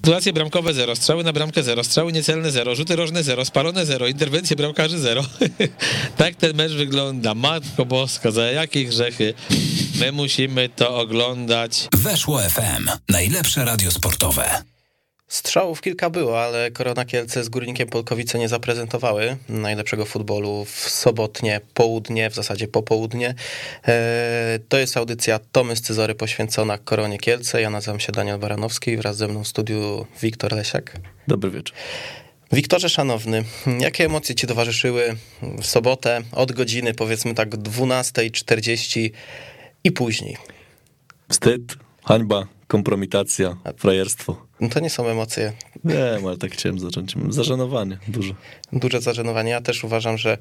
Sytuacje bramkowe 0, strzały na bramkę 0, strzały niecelne 0, rzuty rożne 0, spalone 0, interwencje bramkarzy 0. Tak ten mecz wygląda. Matko Boska, za jakie grzechy my musimy to oglądać. Weszło FM. Najlepsze radio sportowe. Strzałów kilka było, ale Korona Kielce z Górnikiem Polkowice nie zaprezentowały najlepszego futbolu w sobotnie południe, w zasadzie popołudnie. To jest audycja Tomy Scyzory poświęcona Koronie Kielce. Ja nazywam się Daniel Baranowski, wraz ze mną w studiu Wiktor Lesiak. Dobry wieczór. Wiktorze szanowny, jakie emocje ci towarzyszyły w sobotę od godziny powiedzmy tak 12:40 i później? Wstyd, hańba, kompromitacja, frajerstwo. No to nie są emocje. Nie, ale tak chciałem zacząć. Zażenowanie duże. Duże zażenowanie. Ja też uważam, że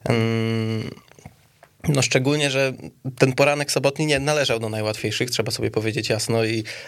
no szczególnie, że ten poranek sobotni nie należał do najłatwiejszych, trzeba sobie powiedzieć jasno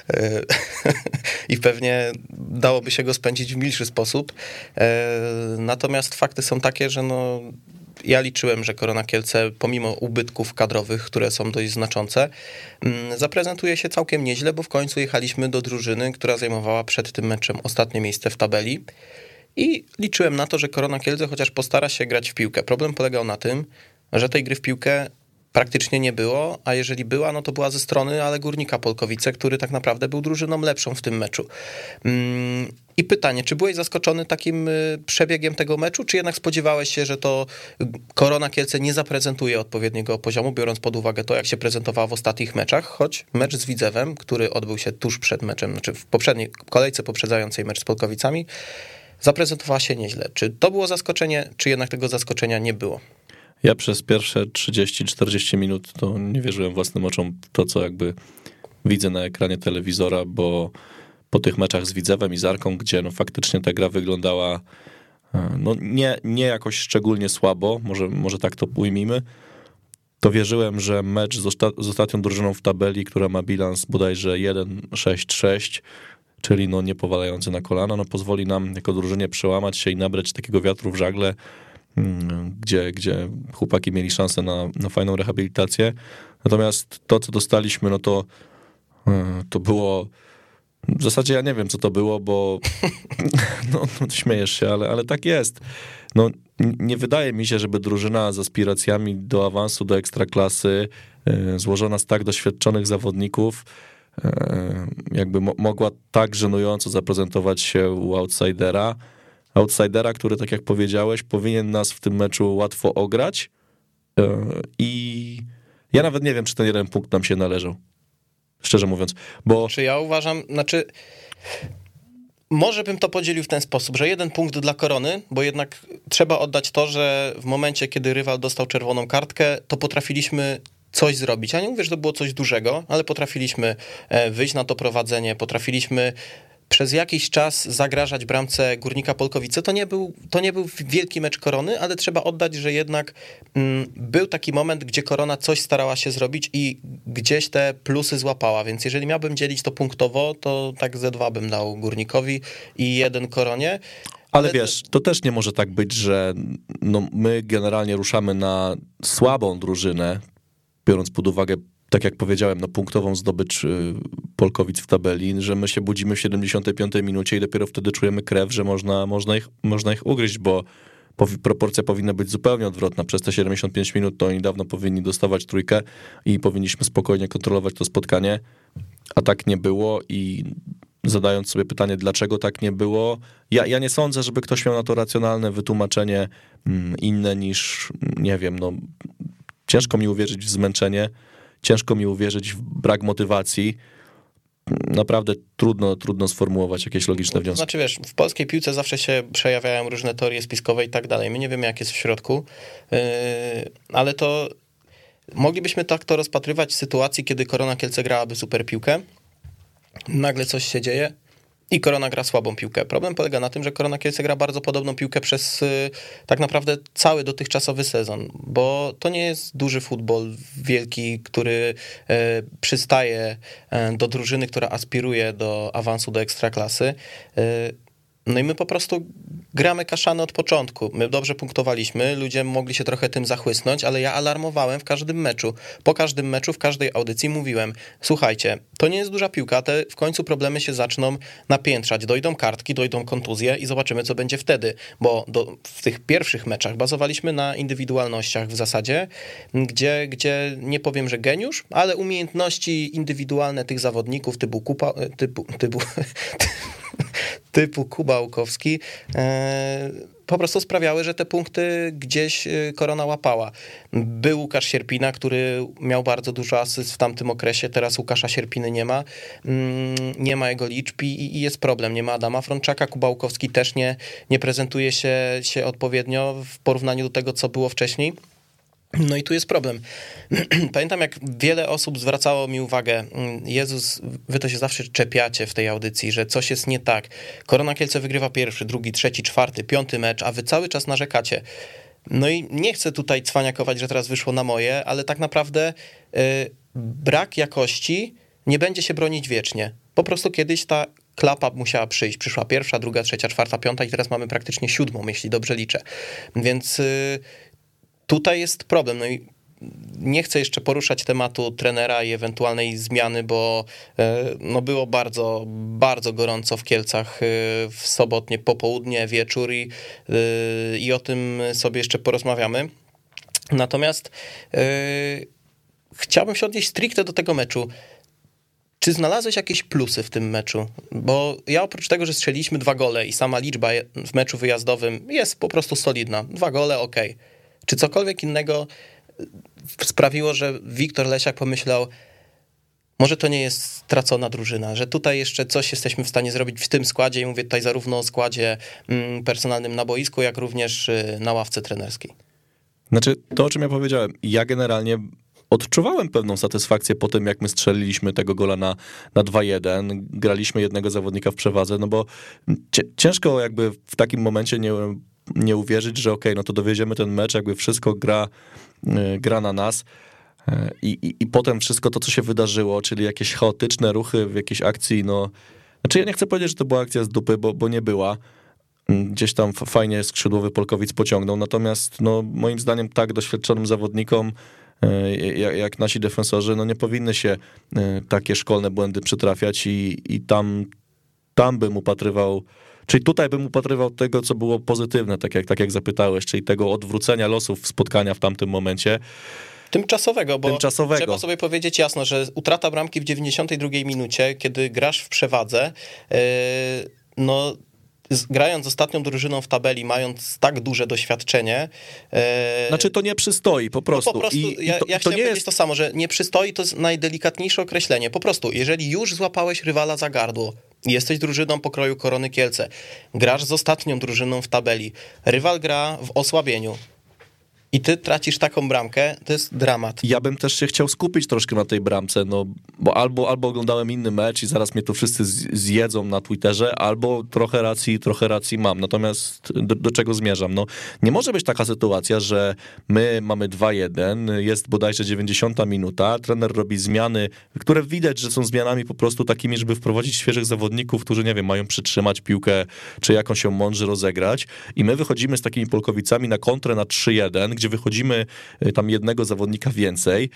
i pewnie dałoby się go spędzić w milszy sposób. Natomiast fakty są takie, że no ja liczyłem, że Korona Kielce, pomimo ubytków kadrowych, które są dość znaczące, zaprezentuje się całkiem nieźle, bo w końcu jechaliśmy do drużyny, która zajmowała przed tym meczem ostatnie miejsce w tabeli i liczyłem na to, że Korona Kielce chociaż postara się grać w piłkę. Problem polegał na tym, że tej gry w piłkę praktycznie nie było, a jeżeli była, no to była ze strony ale Górnika Polkowice, który tak naprawdę był drużyną lepszą w tym meczu. I pytanie, czy byłeś zaskoczony takim przebiegiem tego meczu, czy jednak spodziewałeś się, że to Korona Kielce nie zaprezentuje odpowiedniego poziomu, biorąc pod uwagę to, jak się prezentowała w ostatnich meczach, choć mecz z Widzewem, który odbył się tuż przed meczem, znaczy w poprzedniej kolejce poprzedzającej mecz z Polkowicami, zaprezentowała się nieźle. Czy to było zaskoczenie, czy jednak tego zaskoczenia nie było? Ja przez pierwsze 30-40 minut to nie wierzyłem własnym oczom w to, co jakby widzę na ekranie telewizora, bo po tych meczach z Widzewem i z Arką, gdzie no faktycznie ta gra wyglądała no nie jakoś szczególnie słabo, może tak to ujmijmy, to wierzyłem, że mecz z ostatnią drużyną w tabeli, która ma bilans bodajże 1-6-6, czyli no nie powalający na kolana, no pozwoli nam jako drużynie przełamać się i nabrać takiego wiatru w żagle, gdzie chłopaki mieli szansę na fajną rehabilitację. Natomiast to, co dostaliśmy, no to było... W zasadzie ja nie wiem, co to było, bo no śmiejesz się, ale tak jest. No, nie wydaje mi się, żeby drużyna z aspiracjami do awansu, do ekstraklasy, złożona z tak doświadczonych zawodników, jakby mogła tak żenująco zaprezentować się u outsidera, który, tak jak powiedziałeś, powinien nas w tym meczu łatwo ograć i ja nawet nie wiem, czy ten jeden punkt nam się należał. Szczerze mówiąc, bo... Czy ja uważam, może bym to podzielił w ten sposób, że 1 punkt dla Korony, bo jednak trzeba oddać to, że w momencie, kiedy rywal dostał czerwoną kartkę, to potrafiliśmy coś zrobić. Ja nie mówię, że to było coś dużego, ale potrafiliśmy wyjść na to prowadzenie, potrafiliśmy przez jakiś czas zagrażać bramce Górnika Polkowice. To nie był wielki mecz Korony, ale trzeba oddać, że jednak był taki moment, gdzie Korona coś starała się zrobić i gdzieś te plusy złapała, więc jeżeli miałbym dzielić to punktowo, to tak ze 2 bym dał Górnikowi i 1 Koronie. Ale wiesz, to też nie może tak być, że no my generalnie ruszamy na słabą drużynę, biorąc pod uwagę, tak jak powiedziałem, no punktową zdobycz Polkowic w tabeli, że my się budzimy w 75 minucie i dopiero wtedy czujemy krew, że można ich ugryźć, bo proporcja powinna być zupełnie odwrotna. Przez te 75 minut to oni dawno powinni dostawać trójkę i powinniśmy spokojnie kontrolować to spotkanie, a tak nie było i zadając sobie pytanie, dlaczego tak nie było, ja nie sądzę, żeby ktoś miał na to racjonalne wytłumaczenie inne niż, nie wiem, no ciężko mi uwierzyć w zmęczenie, ciężko mi uwierzyć w brak motywacji. Naprawdę trudno sformułować jakieś logiczne wnioski. Znaczy wiesz, w polskiej piłce zawsze się przejawiają różne teorie spiskowe i tak dalej. My nie wiemy, jak jest w środku, ale to moglibyśmy tak to rozpatrywać w sytuacji, kiedy Korona Kielce grałaby super piłkę, nagle coś się dzieje i Korona gra słabą piłkę. Problem polega na tym, że Korona Kielce gra bardzo podobną piłkę przez tak naprawdę cały dotychczasowy sezon, bo to nie jest duży futbol wielki, który przystaje do drużyny, która aspiruje do awansu do ekstraklasy. No i my po prostu gramy kaszany od początku. My dobrze punktowaliśmy, ludzie mogli się trochę tym zachłysnąć, ale ja alarmowałem w każdym meczu. Po każdym meczu, w każdej audycji mówiłem, słuchajcie, to nie jest duża piłka, te w końcu problemy się zaczną napiętrzać. Dojdą kartki, dojdą kontuzje i zobaczymy, co będzie wtedy. Bo w tych pierwszych meczach bazowaliśmy na indywidualnościach w zasadzie, gdzie nie powiem, że geniusz, ale umiejętności indywidualne tych zawodników typu Kuba Łukowski po prostu sprawiały, że te punkty gdzieś Korona łapała. Był Łukasz Sierpina, który miał bardzo dużo asyst w tamtym okresie, teraz Łukasza Sierpiny nie ma jego liczb i jest problem, nie ma Adama Frączaka, Kuba Łukowski też nie prezentuje się odpowiednio w porównaniu do tego, co było wcześniej. No i tu jest problem. Pamiętam, jak wiele osób zwracało mi uwagę, Jezus, wy to się zawsze czepiacie w tej audycji, że coś jest nie tak. Korona Kielce wygrywa pierwszy, drugi, trzeci, czwarty, piąty mecz, a wy cały czas narzekacie. No i nie chcę tutaj cwaniakować, że teraz wyszło na moje, ale tak naprawdę brak jakości nie będzie się bronić wiecznie. Po prostu kiedyś ta klapa musiała przyjść. Przyszła pierwsza, druga, trzecia, czwarta, piąta i teraz mamy praktycznie 7, jeśli dobrze liczę. Więc tutaj jest problem. No i nie chcę jeszcze poruszać tematu trenera i ewentualnej zmiany, bo no było bardzo, bardzo gorąco w Kielcach w sobotnie popołudnie, wieczór i o tym sobie jeszcze porozmawiamy. Natomiast chciałbym się odnieść stricte do tego meczu. Czy znalazłeś jakieś plusy w tym meczu? Bo ja oprócz tego, że strzeliliśmy 2 gole i sama liczba w meczu wyjazdowym jest po prostu solidna. 2 gole, okej. Czy cokolwiek innego sprawiło, że Wiktor Lesiak pomyślał, może to nie jest stracona drużyna, że tutaj jeszcze coś jesteśmy w stanie zrobić w tym składzie i mówię tutaj zarówno o składzie personalnym na boisku, jak również na ławce trenerskiej. Znaczy, to o czym ja powiedziałem, ja generalnie odczuwałem pewną satysfakcję po tym, jak my strzeliliśmy tego gola na 2-1, graliśmy jednego zawodnika w przewadze, no bo ciężko jakby w takim momencie nie uwierzyć, że okej, no to dowieziemy ten mecz, jakby wszystko gra na nas i potem wszystko to, co się wydarzyło, czyli jakieś chaotyczne ruchy w jakiejś akcji, no, znaczy ja nie chcę powiedzieć, że to była akcja z dupy, bo nie była. Gdzieś tam fajnie skrzydłowy Polkowic pociągnął, natomiast no, moim zdaniem tak doświadczonym zawodnikom jak nasi defensorzy, no nie powinny się takie szkolne błędy przytrafiać i tam bym upatrywał, czyli tutaj bym upatrywał tego, co było pozytywne, tak jak zapytałeś, czyli tego odwrócenia losów spotkania w tamtym momencie. Tymczasowego, bo trzeba sobie powiedzieć jasno, że utrata bramki w 92 minucie, kiedy grasz w przewadze, no grając z ostatnią drużyną w tabeli, mając tak duże doświadczenie... Znaczy to nie przystoi, po prostu. No po prostu ja chciałem powiedzieć to samo, że nie przystoi to jest najdelikatniejsze określenie. Po prostu, jeżeli już złapałeś rywala za gardło, jesteś drużyną pokroju Korony Kielce, grasz z ostatnią drużyną w tabeli, rywal gra w osłabieniu i ty tracisz taką bramkę, to jest dramat. Ja bym też się chciał skupić troszkę na tej bramce, no bo albo oglądałem inny mecz i zaraz mnie to wszyscy zjedzą na Twitterze, albo trochę racji mam. Natomiast do czego zmierzam? No nie może być taka sytuacja, że my mamy 2-1, jest bodajże 90 minuta, trener robi zmiany, które widać, że są zmianami po prostu takimi, żeby wprowadzić świeżych zawodników, którzy, nie wiem, mają przytrzymać piłkę, czy jakąś ją mądrze rozegrać i my wychodzimy z takimi Polkowicami na kontrę na 3-1, gdzie wychodzimy tam jednego zawodnika więcej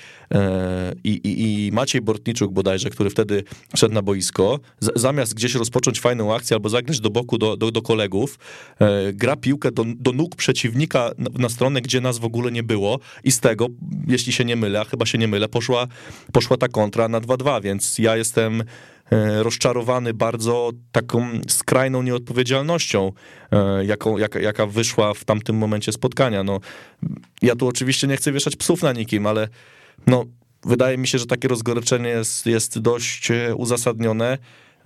i Maciej Bortniczuk bodajże, który wtedy wszedł na boisko, zamiast gdzieś rozpocząć fajną akcję albo zagrać do boku do kolegów, gra piłkę do nóg przeciwnika na stronę, gdzie nas w ogóle nie było i z tego, jeśli się nie mylę, a chyba się nie mylę, poszła ta kontra na 2-2, więc ja jestem rozczarowany bardzo taką skrajną nieodpowiedzialnością, jaka wyszła w tamtym momencie spotkania. No, ja tu oczywiście nie chcę wieszać psów na nikim, ale no, wydaje mi się, że takie rozgoryczenie jest dość uzasadnione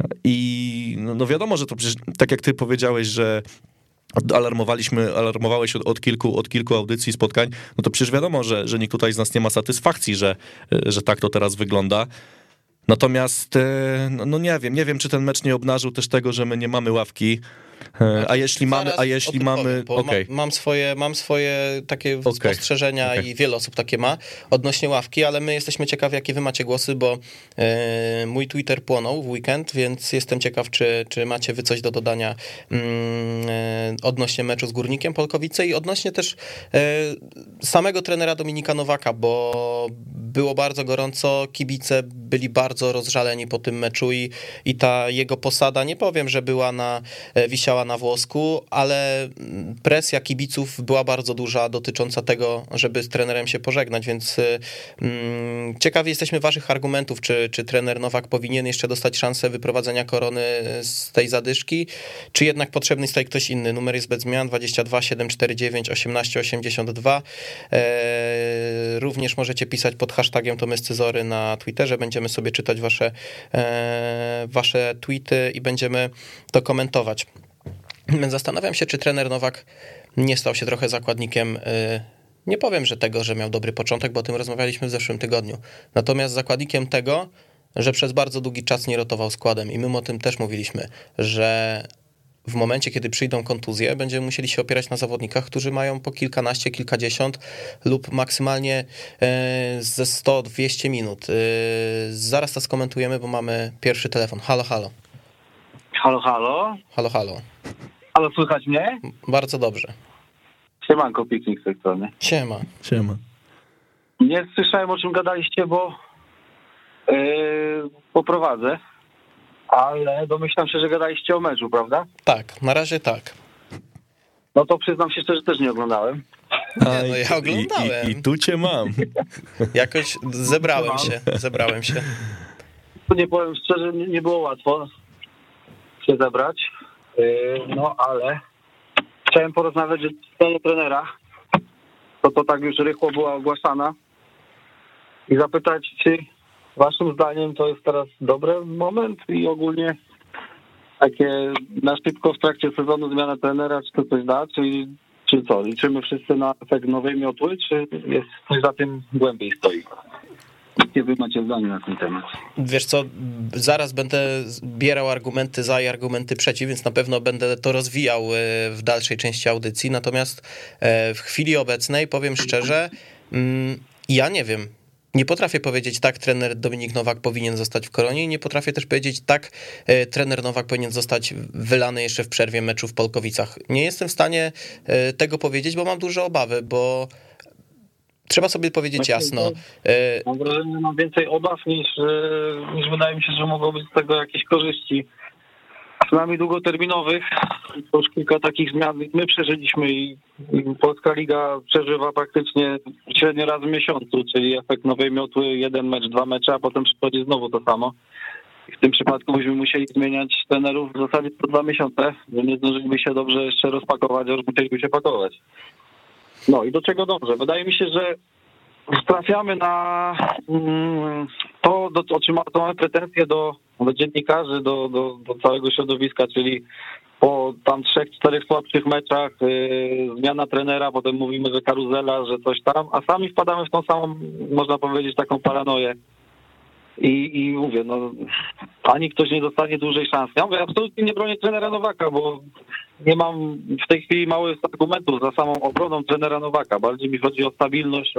i no wiadomo, że to przecież, tak jak ty powiedziałeś, że alarmowałeś od kilku audycji, spotkań, no to przecież wiadomo, że nikt tutaj z nas nie ma satysfakcji, że tak to teraz wygląda. Natomiast, no nie wiem, czy ten mecz nie obnażył też tego, że my nie mamy ławki, A jeśli mamy, bo okej. Mam swoje takie spostrzeżenia Okej. i wiele osób takie ma odnośnie ławki, ale my jesteśmy ciekawi, jakie wy macie głosy, bo mój Twitter płonął w weekend, więc jestem ciekaw, czy macie wy coś do dodania odnośnie meczu z Górnikiem Polkowice i odnośnie też samego trenera Dominika Nowaka, bo było bardzo gorąco, kibice byli bardzo rozżaleni po tym meczu i ta jego posada, nie powiem, że wisiała na włosku, ale presja kibiców była bardzo duża dotycząca tego, żeby z trenerem się pożegnać, więc ciekawi jesteśmy waszych argumentów, czy trener Nowak powinien jeszcze dostać szansę wyprowadzenia Korony z tej zadyszki, czy jednak potrzebny jest tutaj ktoś inny. Numer jest bez zmian, 22 749 18 82. Również możecie pisać pod hashtagiem Tomy Scyzory na Twitterze, będziemy sobie czytać wasze tweety i będziemy to komentować. Zastanawiam się, czy trener Nowak nie stał się trochę zakładnikiem, nie powiem, że tego, że miał dobry początek, bo o tym rozmawialiśmy w zeszłym tygodniu, natomiast zakładnikiem tego, że przez bardzo długi czas nie rotował składem i my o tym też mówiliśmy, że w momencie, kiedy przyjdą kontuzje, będziemy musieli się opierać na zawodnikach, którzy mają po kilkanaście, kilkadziesiąt lub maksymalnie ze 100-200 minut. Zaraz to skomentujemy, bo mamy pierwszy telefon. Halo, halo. Halo, halo. Halo, halo. Halo, słychać mnie? Bardzo dobrze. Siemanko, Piknik z tej strony. Siema. Nie słyszałem, o czym gadaliście, bo poprowadzę, ale domyślam się, że gadaliście o meczu, prawda? Tak, na razie tak. No to przyznam się szczerze, że też nie oglądałem. No ja oglądałem. I tu cię mam. Jakoś zebrałem się. Tu nie powiem szczerze, nie było łatwo się zebrać, no ale chciałem porozmawiać o stanie trenera, to tak już rychło była ogłaszana i zapytać, czy waszym zdaniem to jest teraz dobry moment i ogólnie takie na szybko w trakcie sezonu zmiana trenera, czy to coś da, czy co? Liczymy wszyscy na efekt nowej miotły, czy jest coś za tym głębiej stoi? Jakie wy macie zdanie na ten temat? Wiesz co, zaraz będę zbierał argumenty za i argumenty przeciw, więc na pewno będę to rozwijał w dalszej części audycji, natomiast w chwili obecnej powiem szczerze, ja nie wiem. Nie potrafię powiedzieć tak, trener Dominik Nowak powinien zostać w Koronie i nie potrafię też powiedzieć tak, trener Nowak powinien zostać wylany jeszcze w przerwie meczu w Polkowicach. Nie jestem w stanie tego powiedzieć, bo mam duże obawy, bo trzeba sobie powiedzieć jasno. Mam wrażenie, że mam więcej obaw niż wydaje mi się, że mogą być z tego jakieś korzyści. Przynajmniej długoterminowych. To już kilka takich zmian my przeżyliśmy i Polska Liga przeżywa praktycznie średnio raz w miesiącu, czyli efekt nowej miotły, 1 mecz, 2 mecze, a potem przychodzi znowu to samo. I w tym przypadku byśmy musieli zmieniać trenerów w zasadzie co 2 miesiące, że nie zdążyliby się dobrze jeszcze rozpakować, a już musieliby się pakować. No i do czego dążę? Wydaje mi się, że trafiamy na to, o czym mamy pretensje do dziennikarzy, do całego środowiska, czyli po tam 3-4 słabszych meczach zmiana trenera, potem mówimy, że karuzela, że coś tam, a sami wpadamy w tą samą, można powiedzieć, taką paranoję. I mówię, no ani ktoś nie dostanie dłużej szans. Ja mówię, absolutnie nie bronię trenera Nowaka, bo nie mam w tej chwili małych argumentów za samą obroną trenera Nowaka. Bardziej mi chodzi o stabilność,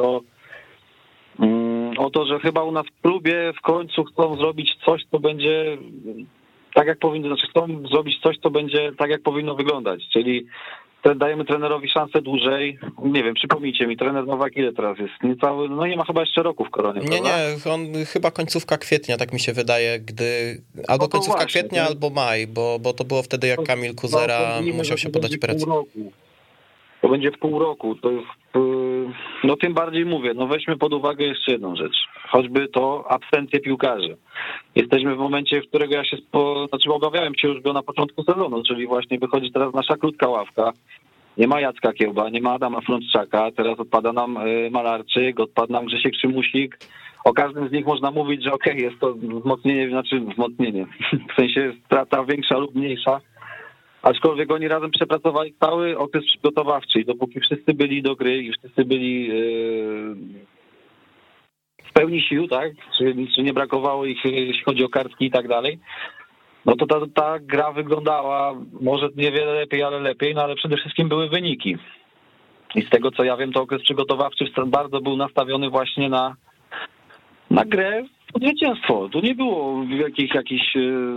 o to, że chyba u nas w klubie w końcu chcą zrobić coś, co będzie tak jak powinno, znaczy chcą zrobić coś, co będzie tak jak powinno wyglądać, czyli dajemy trenerowi szansę dłużej. Nie wiem, przypomnijcie mi, trener Nowak ile teraz jest? Niecały, no nie ma chyba jeszcze roku w Koronie, Nie, on chyba końcówka kwietnia, tak mi się wydaje, albo końcówka właśnie, kwietnia, albo maj, bo to było wtedy, jak Kamil Kuzera musiał się podać operację. To będzie w pół roku, to jest, no tym bardziej mówię, no weźmy pod uwagę jeszcze jedną rzecz, choćby to absencję piłkarzy. Jesteśmy w momencie, w którego ja się, obawiałem się już go na początku sezonu, czyli właśnie wychodzi teraz nasza krótka ławka, nie ma Jacka Kiełba, nie ma Adama Frączczaka, teraz odpada nam Malarczyk, odpada nam Grzesiek Szymusik. O każdym z nich można mówić, że okej, jest to wzmocnienie, w sensie strata większa lub mniejsza, aczkolwiek oni razem przepracowali cały okres przygotowawczy i dopóki wszyscy byli do gry i wszyscy byli w pełni sił, tak, czy nie brakowało ich, jeśli chodzi o kartki i tak dalej, no to ta gra wyglądała może niewiele lepiej, ale lepiej, no ale przede wszystkim były wyniki. I z tego co ja wiem, to okres przygotowawczy bardzo był nastawiony właśnie na grę o zwycięstwo. Tu nie było jakichś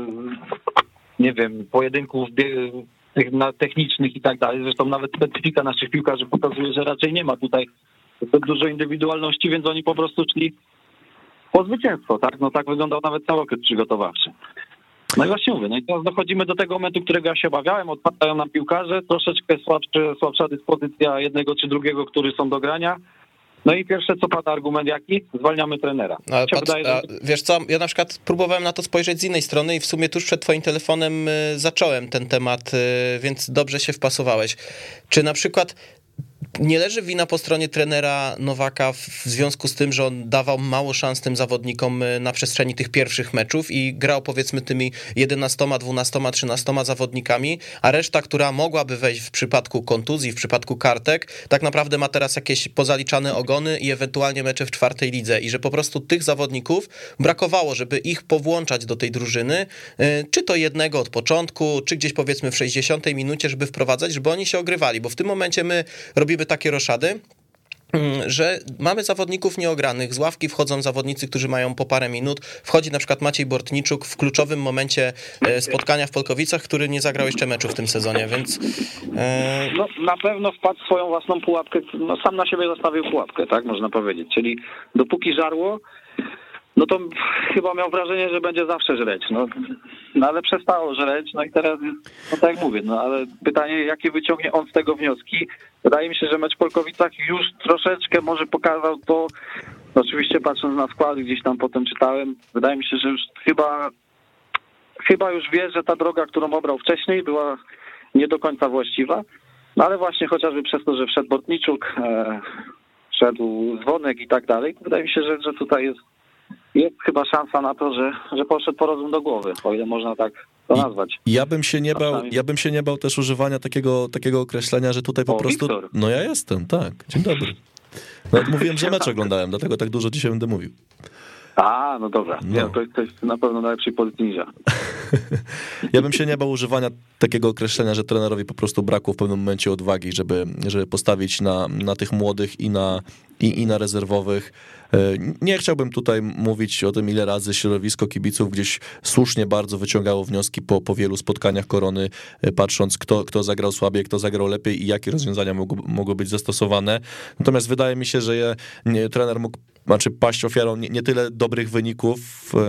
nie wiem, pojedynków technicznych i tak dalej. Zresztą nawet specyfika naszych piłkarzy pokazuje, że raczej nie ma tutaj zbyt dużo indywidualności, więc oni po prostu szli po zwycięstwo, tak? No tak wyglądał nawet cały okres przygotowawczy. No i właśnie mówię, no i teraz dochodzimy do tego momentu, którego ja się obawiałem, odpadają nam piłkarze, troszeczkę słabsza dyspozycja jednego czy drugiego, którzy są do grania. No i pierwsze co pada argument jaki? Zwalniamy trenera. Ale wiesz co, ja na przykład próbowałem na to spojrzeć z innej strony i w sumie tuż przed twoim telefonem zacząłem ten temat, więc dobrze się wpasowałeś. Czy na przykład nie leży wina po stronie trenera Nowaka w związku z tym, że on dawał mało szans tym zawodnikom na przestrzeni tych pierwszych meczów i grał powiedzmy tymi 11, 12, 13 zawodnikami, a reszta, która mogłaby wejść w przypadku kontuzji, w przypadku kartek, tak naprawdę ma teraz jakieś pozaliczane ogony i ewentualnie mecze w 4. lidze i że po prostu tych zawodników brakowało, żeby ich powłączać do tej drużyny, czy to jednego od początku, czy gdzieś powiedzmy w 60 minucie, żeby wprowadzać, żeby oni się ogrywali, bo w tym momencie my robimy takie roszady, że mamy zawodników nieogranych, z ławki wchodzą zawodnicy, którzy mają po parę minut, wchodzi na przykład Maciej Bortniczuk w kluczowym momencie spotkania w Polkowicach, który nie zagrał jeszcze meczu w tym sezonie, więc... No, na pewno wpadł w swoją własną pułapkę, no sam na siebie zostawił pułapkę, tak można powiedzieć, czyli dopóki żarło, no to chyba miał wrażenie, że będzie zawsze żreć, no ale przestało żreć, no i teraz, no tak jak mówię, no ale pytanie, jakie wyciągnie on z tego wnioski. Wydaje mi się, że mecz w Polkowicach już troszeczkę może pokazał to, oczywiście patrząc na skład, gdzieś tam potem czytałem, wydaje mi się, że już chyba już wie, że ta droga, którą obrał wcześniej, była nie do końca właściwa, no ale właśnie chociażby przez to, że wszedł Bortniczuk, wszedł Dzwonek i tak dalej, wydaje mi się, że tutaj jest chyba szansa na to, że poszedł po rozum do głowy, o ile można tak to nazwać. Ja bym się nie bał też używania takiego określenia, że tutaj po prostu... Wiktor. No ja jestem, tak. Dzień dobry. Nawet mówiłem, że mecz oglądałem, dlatego tak dużo dzisiaj będę mówił. A, no dobra. No. Nie, to jest na pewno na lepszej pozycji niż ja. Ja bym się nie bał używania takiego określenia, że trenerowi po prostu brakło w pewnym momencie odwagi, żeby postawić na tych młodych i na rezerwowych. Nie chciałbym tutaj mówić o tym, ile razy środowisko kibiców gdzieś słusznie bardzo wyciągało wnioski po wielu spotkaniach Korony, patrząc kto zagrał słabiej, kto zagrał lepiej i jakie rozwiązania mogły być zastosowane. Natomiast wydaje mi się, że trener mógł paść ofiarą nie tyle dobrych wyników,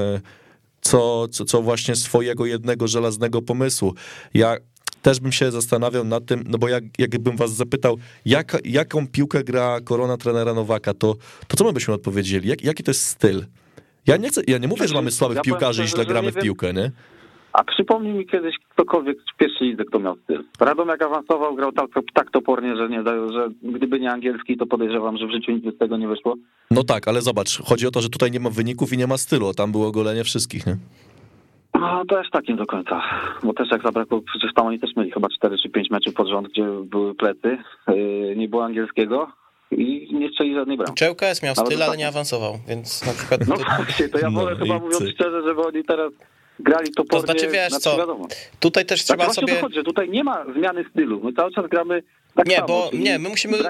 co właśnie swojego jednego żelaznego pomysłu. Ja też bym się zastanawiał nad tym, no bo jakbym was zapytał, jaką piłkę gra Korona trenera Nowaka, to co my byśmy odpowiedzieli? Jaki to jest styl? Ja nie mówię, że mamy słabych piłkarzy i źle gramy w piłkę, nie? A przypomnij mi kiedyś ktokolwiek w pierwszej lidze, kto miał styl. Radomiak awansował, grał tak topornie, że gdyby nie angielski, to podejrzewam, że w życiu nic z tego nie wyszło. No tak, ale zobacz, chodzi o to, że tutaj nie ma wyników i nie ma stylu, tam było golenie wszystkich, nie? No też tak nie do końca, bo też jak zabrakło, przecież tam oni też mieli chyba 4 czy 5 meczów pod rząd, gdzie były plecy, nie było angielskiego i nie strzeli żadnej bramki. ŁKS miał styl, ale nie awansował, więc na przykład... No właśnie, to ja wolę chyba mówiąc szczerze, żeby oni teraz grali topornie. To znaczy, wiesz co, wiadomo. Tutaj też trzeba tak sobie... Chodzi, że tutaj nie ma zmiany stylu, my cały czas gramy tak samo. My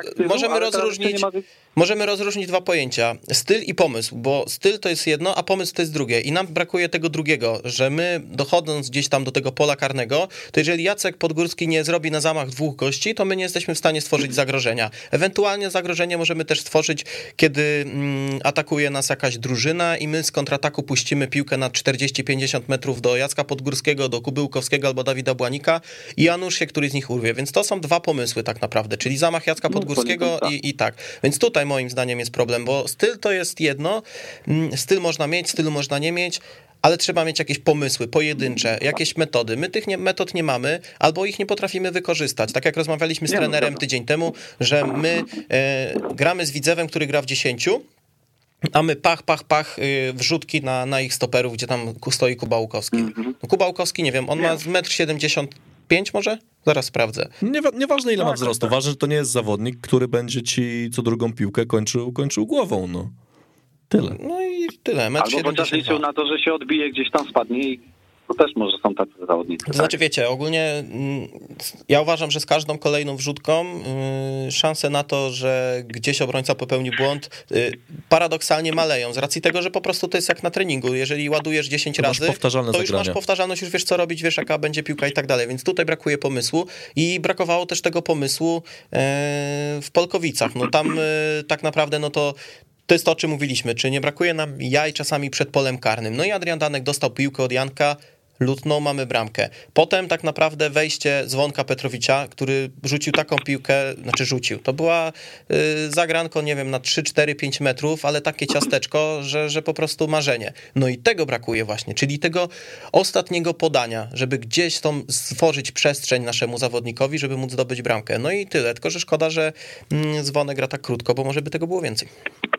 możemy rozróżnić dwa pojęcia, styl i pomysł, bo styl to jest jedno, a pomysł to jest drugie i nam brakuje tego drugiego, że my dochodząc gdzieś tam do tego pola karnego, to jeżeli Jacek Podgórski nie zrobi na zamach 2 gości, to my nie jesteśmy w stanie stworzyć zagrożenia. Ewentualnie zagrożenie możemy też stworzyć, kiedy atakuje nas jakaś drużyna i my z kontrataku puścimy piłkę na 40-50 metrów do Jacka Podgórskiego, do Kuby Łukowskiego albo Dawida Błanika i Janusz się któryś z nich urwie, więc to są dwa pomysły tak naprawdę, czyli zamach Jacka Podgórskiego i tak. Więc tutaj moim zdaniem jest problem, bo styl to jest jedno, styl można mieć, stylu można nie mieć, ale trzeba mieć jakieś pomysły pojedyncze, jakieś metody. My tych metod nie mamy, albo ich nie potrafimy wykorzystać. Tak jak rozmawialiśmy z trenerem tydzień temu, że my gramy z Widzewem, który gra w 10, a my pach, wrzutki na ich stoperów, gdzie tam stoi Kuba Łukowski. No, Kuba Łukowski, nie wiem, on ma 1,75 m może? Zaraz sprawdzę. Nieważne ile ma wzrostu, ważne, że to nie jest zawodnik, który będzie ci co drugą piłkę kończył głową, no. Tyle. No i tyle. Albo chociaż liczył na to, że się odbije, gdzieś tam spadnie i to też może są tacy zawodnicy. To znaczy, wiecie, ogólnie ja uważam, że z każdą kolejną wrzutką szanse na to, że gdzieś obrońca popełni błąd, paradoksalnie maleją, z racji tego, że po prostu to jest jak na treningu. Jeżeli ładujesz 10 razy, to już masz powtarzalność, już wiesz co robić, wiesz jaka będzie piłka i tak dalej, więc tutaj brakuje pomysłu i brakowało też tego pomysłu w Polkowicach. No tam tak naprawdę, no to jest to, o czym mówiliśmy, czy nie brakuje nam jaj czasami przed polem karnym. No i Adrian Danek dostał piłkę od Janka, lutnął, mamy bramkę. Potem tak naprawdę wejście Dzwonka Petrowicza, który rzucił taką piłkę, to była zagranko, nie wiem, na 3, 4, 5 metrów, ale takie ciasteczko, że po prostu marzenie. No i tego brakuje właśnie, czyli tego ostatniego podania, żeby gdzieś tam stworzyć przestrzeń naszemu zawodnikowi, żeby móc zdobyć bramkę. No i tyle, tylko że szkoda, że Dzwonek gra tak krótko, bo może by tego było więcej.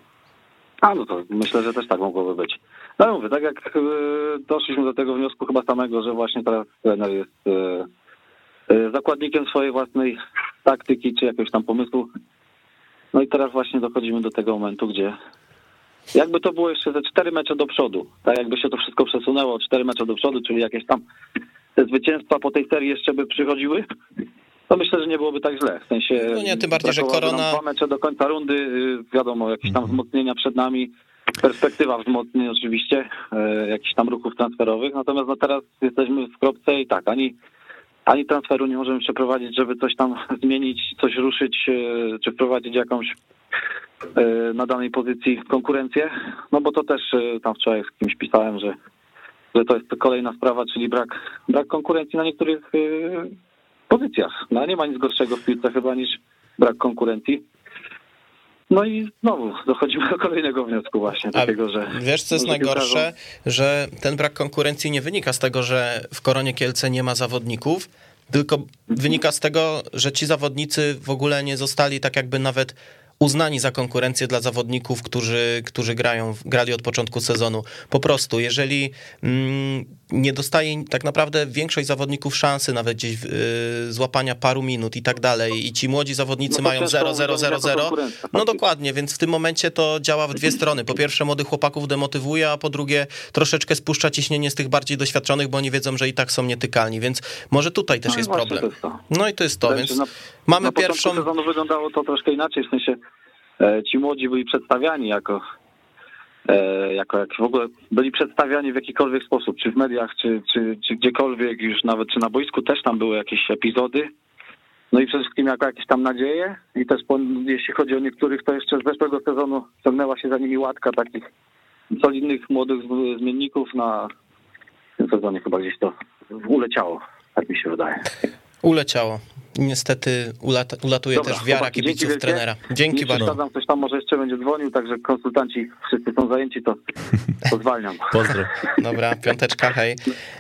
No to myślę, że też tak mogłoby być. No mówię, tak jak doszliśmy do tego wniosku chyba samego, że właśnie teraz trener jest zakładnikiem swojej własnej taktyki, czy jakiegoś tam pomysłu. No i teraz właśnie dochodzimy do tego momentu, gdzie jakby to było jeszcze ze 4 mecze do przodu, tak jakby się to wszystko przesunęło 4 mecze do przodu, czyli jakieś tam te zwycięstwa po tej serii jeszcze by przychodziły, to myślę, że nie byłoby tak źle. W sensie, no nie, tym bardziej, że korona... 2 mecze do końca rundy, wiadomo, jakieś tam wzmocnienia przed nami, perspektywa wzmocnień oczywiście, jakichś tam ruchów transferowych, natomiast no teraz jesteśmy w kropce i tak, ani transferu nie możemy przeprowadzić, żeby coś tam zmienić, coś ruszyć, czy wprowadzić jakąś na danej pozycji konkurencję, no bo to też tam wczoraj z kimś pisałem, że to jest kolejna sprawa, czyli brak konkurencji na niektórych pozycjach. No nie ma nic gorszego w piłce chyba niż brak konkurencji. No i znowu dochodzimy do kolejnego wniosku właśnie takiego, że... Wiesz, co jest najgorsze? Że ten brak konkurencji nie wynika z tego, że w Koronie Kielce nie ma zawodników, tylko wynika z tego, że ci zawodnicy w ogóle nie zostali tak jakby nawet uznani za konkurencję dla zawodników, którzy grali od początku sezonu. Po prostu, jeżeli nie dostaje tak naprawdę większość zawodników szansy nawet gdzieś złapania paru minut i tak dalej i ci młodzi zawodnicy mają 0-0-0-0, no dokładnie, więc w tym momencie to działa w dwie strony. Po pierwsze młodych chłopaków demotywuje, a po drugie troszeczkę spuszcza ciśnienie z tych bardziej doświadczonych, bo oni wiedzą, że i tak są nietykalni, więc może tutaj też jest problem. No i to jest to, więc mamy pierwszą... Na sezonu wyglądało to troszkę inaczej, w sensie ci młodzi byli przedstawiani jako jak w ogóle byli przedstawiani w jakikolwiek sposób, czy w mediach, czy gdziekolwiek, już nawet czy na boisku też tam były jakieś epizody. No i przede wszystkim jako jakieś tam nadzieje i też jeśli chodzi o niektórych, to jeszcze z zeszłego sezonu ciągnęła się za nimi łatka takich solidnych, młodych zmienników. Na tym sezonie chyba gdzieś to uleciało, tak mi się wydaje. Uleciało. Niestety ulatuje dobra, też wiara kibiców trenera. Dzięki bardzo. Ktoś tam może jeszcze będzie dzwonił, także konsultanci wszyscy są zajęci, to zwalniam. Pozdro. Dobra, piąteczka, hej.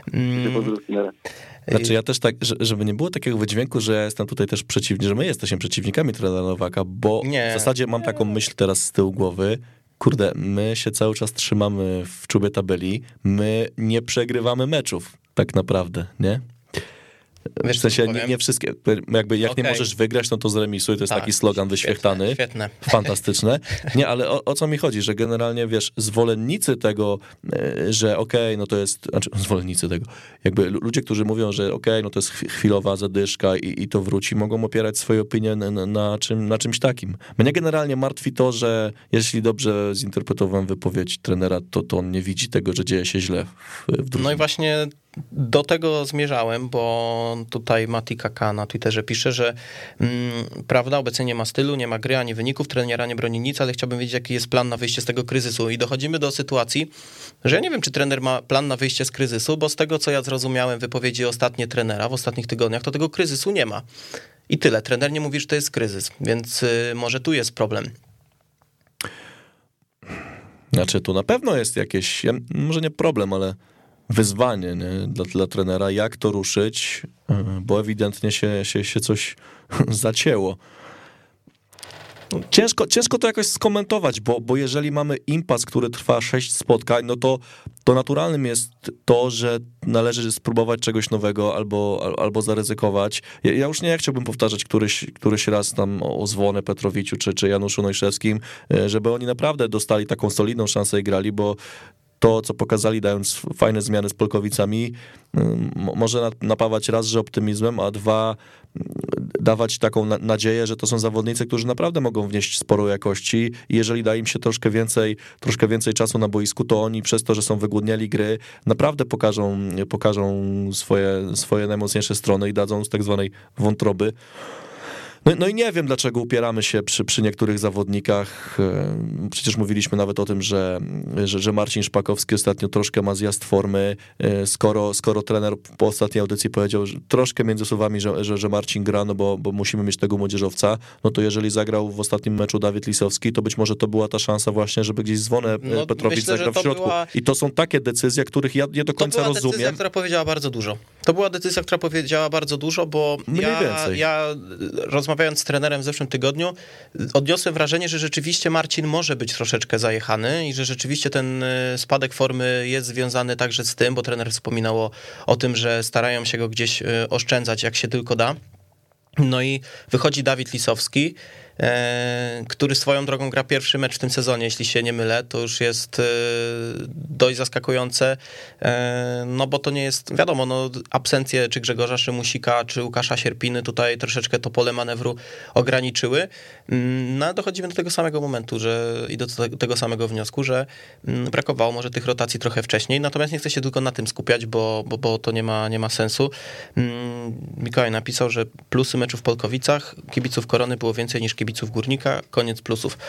Znaczy ja też tak, żeby nie było takiego wydźwięku, że ja jestem tutaj też przeciwny, że my jesteśmy przeciwnikami trenera Nowaka, bo w zasadzie mam taką myśl teraz z tyłu głowy, kurde, my się cały czas trzymamy w czubie tabeli, my nie przegrywamy meczów tak naprawdę, nie? Wiesz, w sensie nie wszystkie, jakby jak nie możesz wygrać, no to zremisuj, to jest taki slogan wyświechtany. Świetne. Fantastyczne. Nie, ale o co mi chodzi, że generalnie, wiesz, zwolennicy tego, że no to jest, znaczy zwolennicy tego, jakby ludzie, którzy mówią, że no to jest chwilowa zadyszka i to wróci, mogą opierać swoje opinie na czymś takim. Mnie generalnie martwi to, że jeśli dobrze zinterpretowałem wypowiedź trenera, to on nie widzi tego, że dzieje się źle w drużynie. No i właśnie do tego zmierzałem, bo tutaj Mati Kaka na Twitterze pisze, że prawda, obecnie nie ma stylu, nie ma gry, ani wyników, trenera nie broni nic, ale chciałbym wiedzieć, jaki jest plan na wyjście z tego kryzysu. I dochodzimy do sytuacji, że ja nie wiem, czy trener ma plan na wyjście z kryzysu, bo z tego, co ja zrozumiałem wypowiedzi ostatnie trenera w ostatnich tygodniach, to tego kryzysu nie ma. I tyle. Trener nie mówi, że to jest kryzys, więc może tu jest problem. Znaczy, tu na pewno jest jakieś, może nie problem, ale wyzwanie, nie? Dla trenera, jak to ruszyć, bo ewidentnie się coś zacięło. Ciężko to jakoś skomentować, bo jeżeli mamy impas, który trwa 6 spotkań, no to naturalnym jest to, że należy spróbować czegoś nowego albo zaryzykować. Ja już nie chciałbym powtarzać któryś raz tam o Zwonę Petrowiciu czy Januszu Nojszewskim, żeby oni naprawdę dostali taką solidną szansę i grali, bo to, co pokazali, dając fajne zmiany z Polkowicami, może napawać raz, że optymizmem, a dwa, dawać taką nadzieję, że to są zawodnicy, którzy naprawdę mogą wnieść sporo jakości i jeżeli da im się troszkę więcej czasu na boisku, to oni przez to, że są wygłodniali gry, naprawdę pokażą swoje najmocniejsze strony i dadzą z tak zwanej wątroby. No i nie wiem, dlaczego upieramy się przy niektórych zawodnikach. Przecież mówiliśmy nawet o tym, że Marcin Szpakowski ostatnio troszkę ma zjazd formy. Skoro trener po ostatniej audycji powiedział że troszkę między słowami, że Marcin gra, no bo musimy mieć tego młodzieżowca, no to jeżeli zagrał w ostatnim meczu Dawid Lisowski, to być może to była ta szansa właśnie, żeby gdzieś Zwonę Petrowicz zagrał w środku. I to są takie decyzje, których ja nie do końca rozumiem. To była decyzja, która powiedziała bardzo dużo. Bo ja rozmawiając z trenerem w zeszłym tygodniu, odniosłem wrażenie, że rzeczywiście Marcin może być troszeczkę zajechany i że rzeczywiście ten spadek formy jest związany także z tym, bo trener wspominał o tym, że starają się go gdzieś oszczędzać, jak się tylko da. No i wychodzi Dawid Lisowski, który swoją drogą gra pierwszy mecz w tym sezonie, jeśli się nie mylę, to już jest dość zaskakujące, no bo to nie jest, wiadomo, no absencje czy Grzegorza Szymusika, czy Łukasza Sierpiny tutaj troszeczkę to pole manewru ograniczyły, no ale dochodzimy do tego samego momentu, i do tego samego wniosku, że brakowało może tych rotacji trochę wcześniej, natomiast nie chcę się tylko na tym skupiać, bo to nie ma sensu. Mikołaj napisał, że plusy meczu w Polkowicach, kibiców Korony było więcej niż kibiców Górnika, koniec plusów.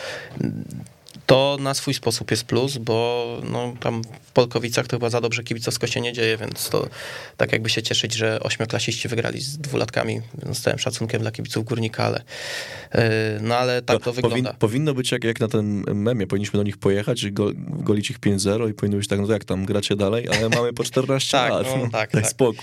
To na swój sposób jest plus, bo no, tam w Polkowicach to chyba za dobrze kibicowsko się nie dzieje, więc to tak jakby się cieszyć, że 8-klasiści wygrali z 2-latkami, z całym szacunkiem dla kibiców Górnika, ale tak to wygląda. Powinno być jak na tym memie, powinniśmy do nich pojechać, golić ich 5-0 i powinno być tak, no jak tam gracie dalej, ale mamy po 14 lat. Tak. Spokój.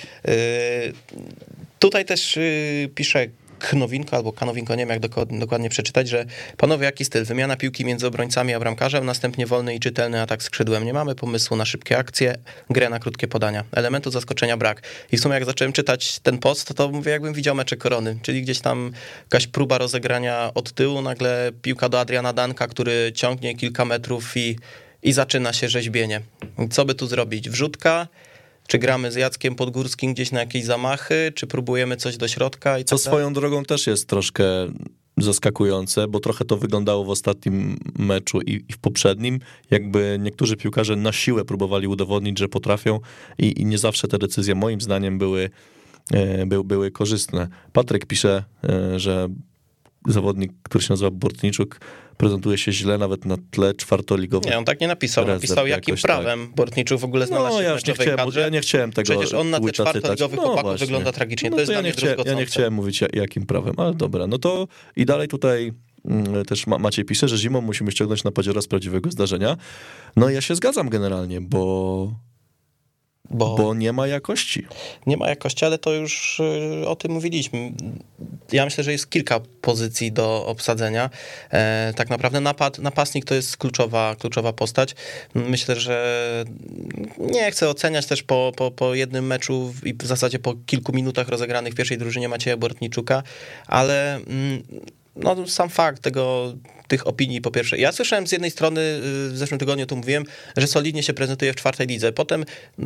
Tutaj też pisze Knowinko albo Kanowinko, nie wiem jak dokładnie przeczytać, że panowie, jaki styl? Wymiana piłki między obrońcami a bramkarzem, następnie wolny i czytelny atak skrzydłem. Nie mamy pomysłu na szybkie akcje, grę na krótkie podania. Elementu zaskoczenia brak. I w sumie jak zacząłem czytać ten post, to mówię, jakbym widział mecze Korony, czyli gdzieś tam jakaś próba rozegrania od tyłu, nagle piłka do Adriana Danka, który ciągnie kilka metrów i zaczyna się rzeźbienie. Co by tu zrobić? Wrzutka? Czy gramy z Jackiem Podgórskim gdzieś na jakieś zamachy, czy próbujemy coś do środka? Co swoją drogą też jest troszkę zaskakujące, bo trochę to wyglądało w ostatnim meczu i w poprzednim, jakby niektórzy piłkarze na siłę próbowali udowodnić, że potrafią i nie zawsze te decyzje moim zdaniem były korzystne. Patryk pisze, że zawodnik, który się nazywa Bortniczuk, prezentuje się źle nawet na tle czwartoligowego. Nie, on tak nie napisał. Napisał, jakim prawem tak. Bortniczuk w ogóle znalazł się w meczowej kadrze. Ja nie chciałem tego Przecież on na tle czwartoligowych chłopaków wygląda tragicznie. To jest ja nie chciałem mówić jakim prawem, ale dobra. No to i dalej tutaj też Maciej pisze, że zimą musimy ściągnąć na Padziora z prawdziwego zdarzenia. No ja się zgadzam generalnie, bo nie ma jakości. Nie ma jakości, ale to już o tym mówiliśmy. Ja myślę, że jest kilka pozycji do obsadzenia. Tak naprawdę napastnik to jest kluczowa postać. Myślę, że nie chcę oceniać też po jednym meczu i w zasadzie po kilku minutach rozegranych w pierwszej drużynie Macieja Bortniczuka, ale no, sam fakt tych opinii po pierwsze. Ja słyszałem z jednej strony, w zeszłym tygodniu tu mówiłem, że solidnie się prezentuje w czwartej lidze. Potem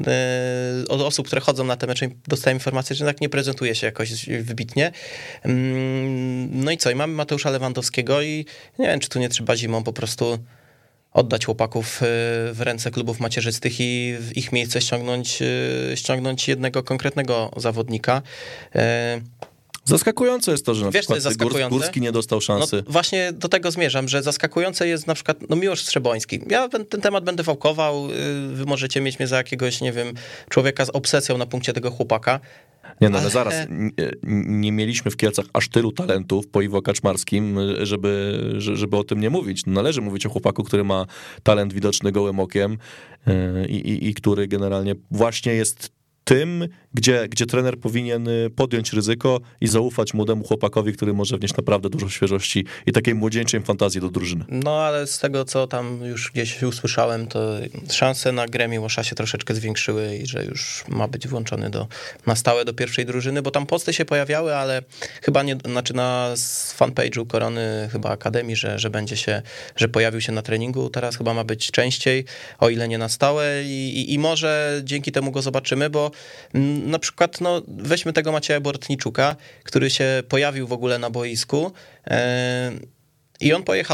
od osób, które chodzą na te mecze, dostałem informację, że tak nie prezentuje się jakoś wybitnie. No i co? I mamy Mateusza Lewandowskiego i nie wiem, czy tu nie trzeba zimą po prostu oddać chłopaków w ręce klubów macierzystych i w ich miejsce ściągnąć jednego konkretnego zawodnika. Zaskakujące jest to, że na przykład Górski nie dostał szansy. No, właśnie do tego zmierzam, że zaskakujące jest na przykład Miłosz Strzeboński. Ja ten temat będę wałkował, wy możecie mieć mnie za jakiegoś, nie wiem, człowieka z obsesją na punkcie tego chłopaka. Nie, no ale zaraz, nie mieliśmy w Kielcach aż tylu talentów po Iwo Kaczmarskim, żeby o tym nie mówić. Należy mówić o chłopaku, który ma talent widoczny gołym okiem i który generalnie właśnie jest tym, gdzie trener powinien podjąć ryzyko i zaufać młodemu chłopakowi, który może wnieść naprawdę dużo świeżości i takiej młodzieńczej fantazji do drużyny. No ale z tego, co tam już gdzieś usłyszałem, to szanse na grę Miłosza się troszeczkę zwiększyły i że już ma być włączony na stałe do pierwszej drużyny, bo tam posty się pojawiały, ale chyba nie, znaczy na fanpage'u Korony chyba Akademii, że pojawił się na treningu, teraz chyba ma być częściej, o ile nie na stałe i może dzięki temu go zobaczymy, bo na przykład weźmy tego Macieja Bortniczuka, który się pojawił w ogóle na boisku i on pojechał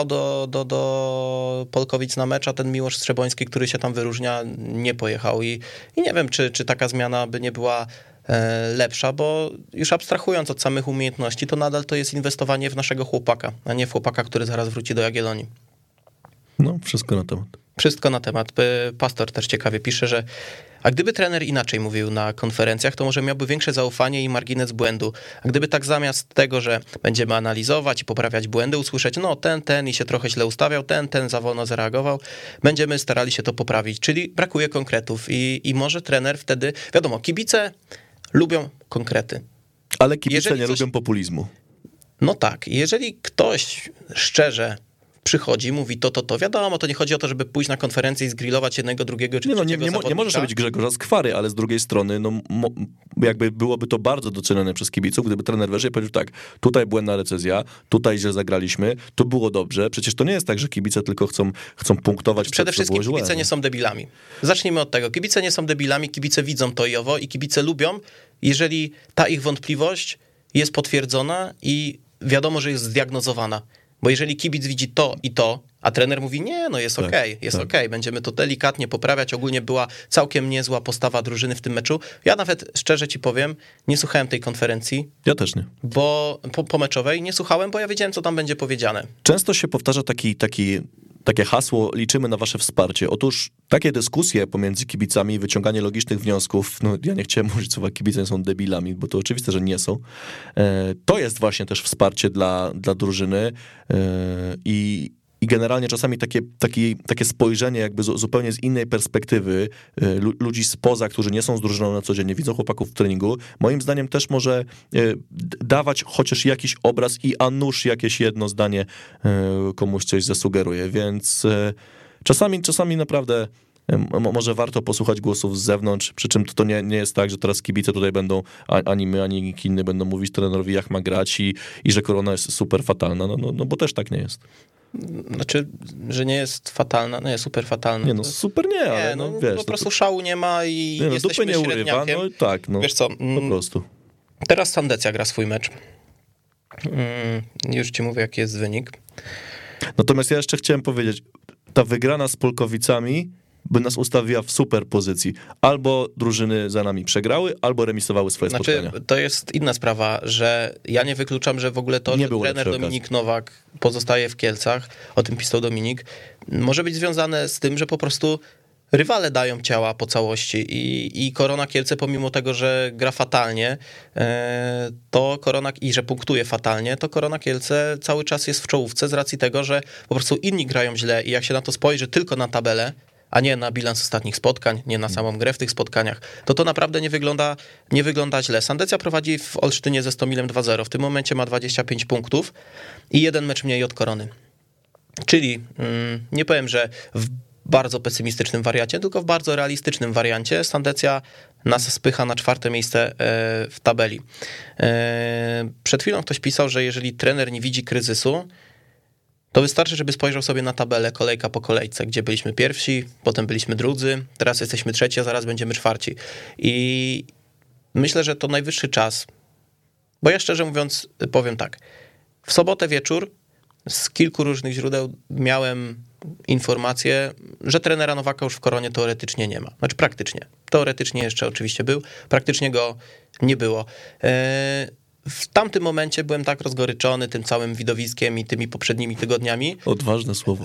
do Polkowic na mecz, a ten Miłosz Strzeboński, który się tam wyróżnia, nie pojechał i nie wiem, czy taka zmiana by nie była lepsza, bo już abstrahując od samych umiejętności, to nadal to jest inwestowanie w naszego chłopaka, a nie w chłopaka, który zaraz wróci do Jagiellonii. No, wszystko na temat. Wszystko na temat. Pastor też ciekawie pisze, że a gdyby trener inaczej mówił na konferencjach, to może miałby większe zaufanie i margines błędu. A gdyby tak zamiast tego, że będziemy analizować i poprawiać błędy, usłyszeć, ten i się trochę źle ustawiał, ten za wolno zareagował, będziemy starali się to poprawić. Czyli brakuje konkretów i może trener wtedy, wiadomo, kibice lubią konkrety. Ale kibice nie lubią populizmu. No tak, jeżeli ktoś szczerze przychodzi, mówi to, wiadomo, to nie chodzi o to, żeby pójść na konferencję i zgrillować jednego, drugiego czy trzeciego zawodnika. Nie możesz robić Grzegorza Skwary, ale z drugiej strony, jakby byłoby to bardzo docenione przez kibiców, gdyby trener wyżej powiedział tak, tutaj błędna decyzja, tutaj źle zagraliśmy, tu było dobrze, przecież to nie jest tak, że kibice tylko chcą punktować. Przede wszystkim kibice nie są debilami. Zacznijmy od tego. Kibice nie są debilami, kibice widzą to i owo i kibice lubią, jeżeli ta ich wątpliwość jest potwierdzona i wiadomo, że jest zdiagnozowana. Bo jeżeli kibic widzi to i to, a trener mówi, jest okej, będziemy to delikatnie poprawiać, ogólnie była całkiem niezła postawa drużyny w tym meczu. Ja nawet, szczerze ci powiem, nie słuchałem tej konferencji. Ja też nie. Bo pomeczowej nie słuchałem, bo ja wiedziałem, co tam będzie powiedziane. Często się powtarza takie hasło, liczymy na wasze wsparcie. Otóż takie dyskusje pomiędzy kibicami i wyciąganie logicznych wniosków, ja nie chciałem mówić słowa kibice są debilami, bo to oczywiste, że nie są. To jest właśnie też wsparcie dla drużyny i generalnie czasami takie spojrzenie jakby zupełnie z innej perspektywy ludzi spoza, którzy nie są z drużyną na co dzień, nie widzą chłopaków w treningu, moim zdaniem też może dawać chociaż jakiś obraz i a nuż jakieś jedno zdanie komuś coś zasugeruje, więc czasami naprawdę może warto posłuchać głosów z zewnątrz, przy czym to nie jest tak, że teraz kibice tutaj będą, ani my, ani nikt inny będą mówić trenerowi jak ma grać i że Korona jest super fatalna, no bo też tak nie jest. Znaczy, że nie jest fatalna, jest super fatalna. Nie, super nie, ale wiesz. Po prostu szału nie ma i jesteśmy nie urywa, Wiesz co, po prostu. Teraz Sandecja gra swój mecz. Już ci mówię, jaki jest wynik. Natomiast ja jeszcze chciałem powiedzieć, ta wygrana z Polkowicami by nas ustawiła w super pozycji. Albo drużyny za nami przegrały, albo remisowały swoje spotkania. To jest inna sprawa, że ja nie wykluczam, że w ogóle to, że trener Dominik Nowak pozostaje w Kielcach, o tym pisał Dominik, może być związane z tym, że po prostu rywale dają ciała po całości i Korona Kielce, pomimo tego, że gra fatalnie, i że punktuje fatalnie, to Korona Kielce cały czas jest w czołówce z racji tego, że po prostu inni grają źle i jak się na to spojrzy tylko na tabelę, a nie na bilans ostatnich spotkań, nie na samą grę w tych spotkaniach, to naprawdę nie wygląda źle. Sandecja prowadzi w Olsztynie ze Stomilem 2-0. W tym momencie ma 25 punktów i jeden mecz mniej od Korony. Czyli nie powiem, że w bardzo pesymistycznym wariancie, tylko w bardzo realistycznym wariancie Sandecja nas spycha na 4. miejsce w tabeli. Przed chwilą ktoś pisał, że jeżeli trener nie widzi kryzysu, to wystarczy, żeby spojrzał sobie na tabelę kolejka po kolejce, gdzie byliśmy pierwsi, potem byliśmy drudzy, teraz jesteśmy trzeci, a zaraz będziemy czwarci. I myślę, że to najwyższy czas, bo ja szczerze mówiąc powiem tak, w sobotę wieczór z kilku różnych źródeł miałem informację, że trenera Nowaka już w Koronie teoretycznie nie ma. Znaczy praktycznie. Teoretycznie jeszcze oczywiście był, praktycznie go nie było. W tamtym momencie byłem tak rozgoryczony tym całym widowiskiem i tymi poprzednimi tygodniami. Odważne słowo.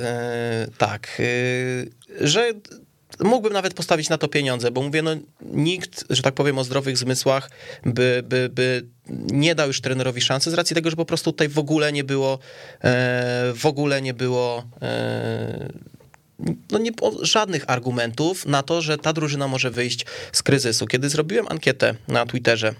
Że mógłbym nawet postawić na to pieniądze, bo mówię, nikt, że tak powiem, o zdrowych zmysłach by nie dał już trenerowi szansy z racji tego, że po prostu tutaj w ogóle nie było nie było żadnych argumentów na to, że ta drużyna może wyjść z kryzysu. Kiedy zrobiłem ankietę na Twitterze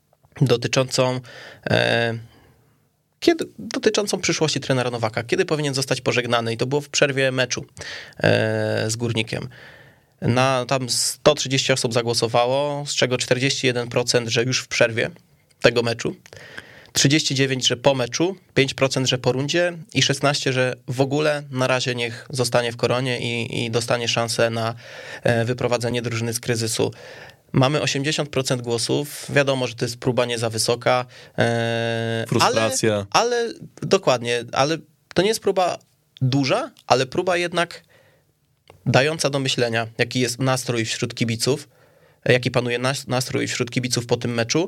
dotyczącą przyszłości trenera Nowaka, kiedy powinien zostać pożegnany, i to było w przerwie meczu z Górnikiem. Tam 130 osób zagłosowało, z czego 41%, że już w przerwie tego meczu, 39%, że po meczu, 5%, że po rundzie i 16%, że w ogóle na razie niech zostanie w Koronie i dostanie szansę na wyprowadzenie drużyny z kryzysu. Mamy 80% głosów, wiadomo, że to jest próba nie za wysoka. Frustracja. Ale dokładnie, ale to nie jest próba duża, ale próba jednak dająca do myślenia, jaki jest nastrój wśród kibiców, jaki panuje nastrój wśród kibiców po tym meczu.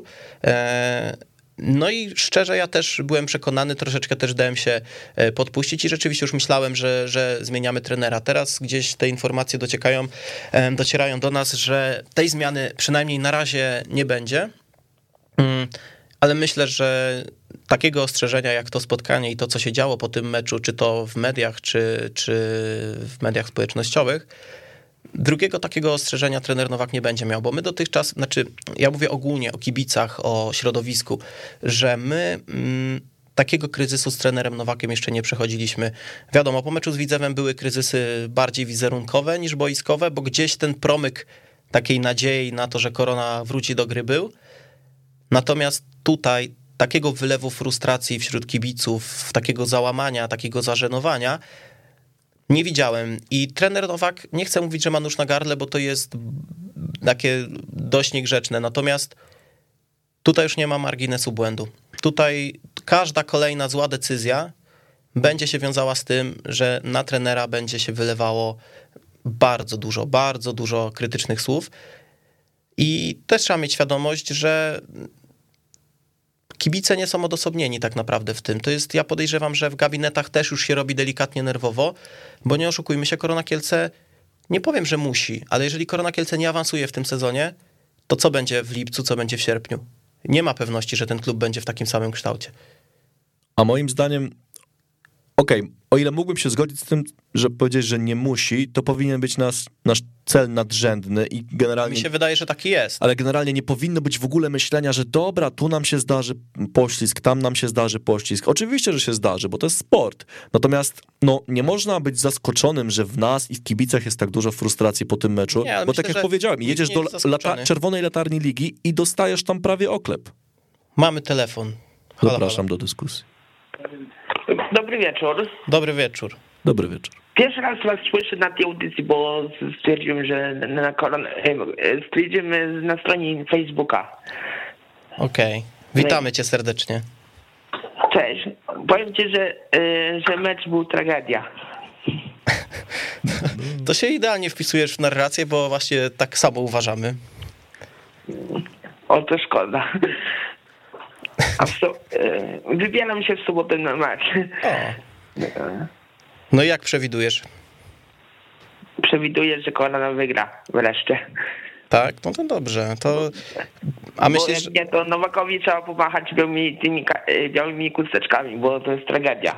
No i szczerze, ja też byłem przekonany, troszeczkę też dałem się podpuścić i rzeczywiście już myślałem, że zmieniamy trenera. Teraz gdzieś te informacje docierają do nas, że tej zmiany przynajmniej na razie nie będzie, ale myślę, że takiego ostrzeżenia jak to spotkanie i to, co się działo po tym meczu, czy to w mediach, czy w mediach społecznościowych, drugiego takiego ostrzeżenia trener Nowak nie będzie miał, bo my dotychczas, znaczy ja mówię ogólnie o kibicach, o środowisku, że my takiego kryzysu z trenerem Nowakiem jeszcze nie przechodziliśmy. Wiadomo, po meczu z Widzewem były kryzysy bardziej wizerunkowe niż boiskowe, bo gdzieś ten promyk takiej nadziei na to, że Korona wróci do gry był. Natomiast tutaj takiego wylewu frustracji wśród kibiców, takiego załamania, takiego zażenowania nie widziałem. I trener Nowak, nie chcę mówić, że ma nóż na gardle, bo to jest takie dość niegrzeczne. Natomiast tutaj już nie ma marginesu błędu. Tutaj każda kolejna zła decyzja będzie się wiązała z tym, że na trenera będzie się wylewało bardzo dużo krytycznych słów. I też trzeba mieć świadomość, że kibice nie są odosobnieni tak naprawdę w tym. To jest, ja podejrzewam, że w gabinetach też już się robi delikatnie nerwowo, bo nie oszukujmy się, Korona Kielce, nie powiem, że musi, ale jeżeli Korona Kielce nie awansuje w tym sezonie, to co będzie w lipcu, co będzie w sierpniu? Nie ma pewności, że ten klub będzie w takim samym kształcie. A moim zdaniem, o ile mógłbym się zgodzić z tym, że powiedzieć, że nie musi, to powinien być nasz cel nadrzędny i generalnie... Mi się wydaje, że taki jest. Ale generalnie nie powinno być w ogóle myślenia, że dobra, tu nam się zdarzy poślizg, tam nam się zdarzy poślizg. Oczywiście, że się zdarzy, bo to jest sport. Natomiast nie można być zaskoczonym, że w nas i w kibicach jest tak dużo frustracji po tym meczu, bo myślę, tak jak powiedziałem, jedziesz do czerwonej latarni ligi i dostajesz tam prawie oklep. Mamy telefon. Zapraszam do dyskusji. Dobry wieczór. Dobry wieczór. Dobry wieczór. Pierwszy raz was słyszę na tej audycji, bo stwierdziłem, że stwierdzimy na stronie Facebooka. Okej. Witamy cię serdecznie. Cześć. Powiem ci, że mecz był tragedia. To się idealnie wpisujesz w narrację, bo właśnie tak samo uważamy. O, to szkoda. Wybieram się w sobotę na mecz. No i jak przewidujesz? Przewiduję, że Korona wygra wreszcie. Tak? No to dobrze. A myślisz, że... Nie, to Nowakowi trzeba pomachać tymi białymi chusteczkami, bo to jest tragedia.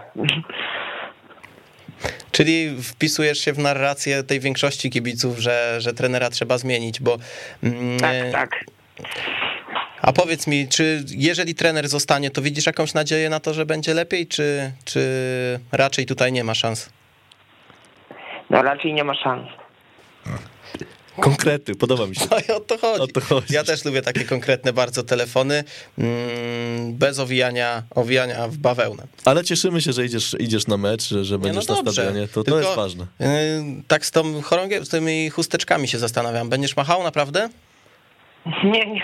Czyli wpisujesz się w narrację tej większości kibiców, że trenera trzeba zmienić, bo... Tak. A powiedz mi, czy jeżeli trener zostanie, to widzisz jakąś nadzieję na to, że będzie lepiej, czy raczej tutaj nie ma szans? No raczej nie ma szans. Konkrety, podoba mi się. No i o to chodzi. Ja też lubię takie konkretne bardzo telefony, bez owijania w bawełnę. Ale cieszymy się, że idziesz na mecz, że będziesz na stadionie, to jest ważne. Tak z tą chorągiem, z tymi chusteczkami się zastanawiam. Będziesz machał naprawdę? Nie.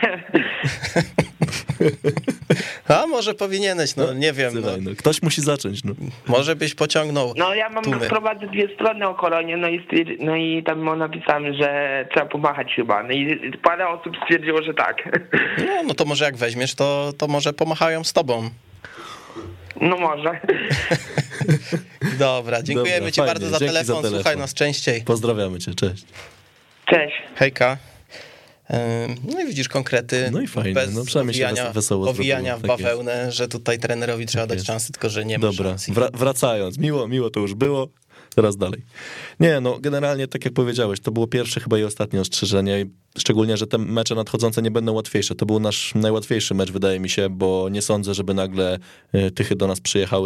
A może powinieneś, nie wiem. Ktoś musi zacząć. Może byś pociągnął. No ja prowadzę 2 strony o Koronie, no i tam napisałem, że trzeba pomachać chyba. No i parę osób stwierdziło, że tak. No to może jak weźmiesz, to może pomachają z tobą. No może. Dobra, dziękujemy ci bardzo za telefon. Słuchaj nas częściej. Pozdrawiamy cię, cześć. Cześć. Hejka. No i widzisz konkrety, no i fajnie, bez owijania w bawełnę, że tutaj trenerowi trzeba dać szansy, tylko że nie ma szansy. Wracając, miło to już było. Teraz dalej. Nie, no generalnie tak jak powiedziałeś, to było pierwsze chyba i ostatnie ostrzeżenie, szczególnie, że te mecze nadchodzące nie będą łatwiejsze. To był nasz najłatwiejszy mecz, wydaje mi się, bo nie sądzę, żeby nagle Tychy do nas przyjechały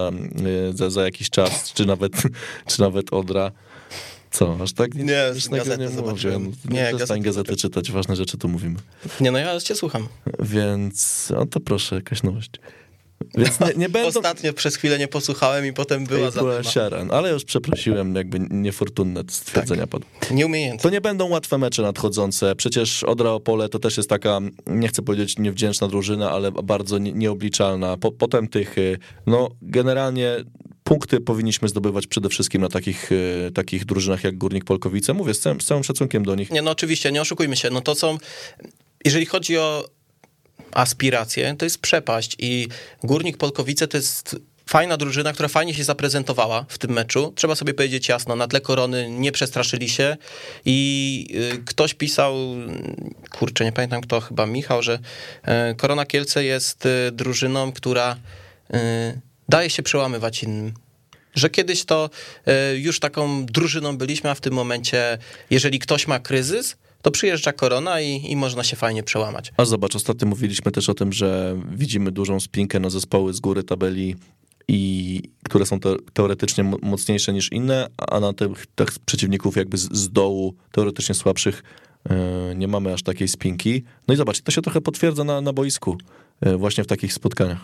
za jakiś czas, czy nawet Odra. Co, aż tak? Nie, gazetę nie zobaczyłem. Nie, przestań gazety czytać, ważne rzeczy tu mówimy. Nie, no ja cię słucham. Więc, to proszę, jakaś nowość. Więc nie będą... Ostatnio przez chwilę nie posłuchałem i potem była siara, ale już przeprosiłem, jakby niefortunne stwierdzenia padły. Nieumiejętne. To nie będą łatwe mecze nadchodzące. Przecież Odra Opole to też jest taka, nie chcę powiedzieć niewdzięczna drużyna, ale bardzo nieobliczalna. Potem Tychy, no generalnie punkty powinniśmy zdobywać przede wszystkim na takich drużynach jak Górnik Polkowice. Mówię z całym szacunkiem do nich. Nie, no oczywiście, nie oszukujmy się. No to są, jeżeli chodzi o aspiracje, to jest przepaść i Górnik Polkowice to jest fajna drużyna, która fajnie się zaprezentowała w tym meczu. Trzeba sobie powiedzieć jasno, na tle Korony nie przestraszyli się i ktoś pisał, kurczę, nie pamiętam kto, chyba Michał, że Korona Kielce jest drużyną, która daje się przełamywać innym. Że kiedyś to już taką drużyną byliśmy, a w tym momencie, jeżeli ktoś ma kryzys, to przyjeżdża Korona i można się fajnie przełamać. A zobacz, ostatnio mówiliśmy też o tym, że widzimy dużą spinkę na zespoły z góry tabeli, które są teoretycznie mocniejsze niż inne, a na tych przeciwników jakby z dołu, teoretycznie słabszych, nie mamy aż takiej spinki. No i zobacz, to się trochę potwierdza na boisku, właśnie w takich spotkaniach.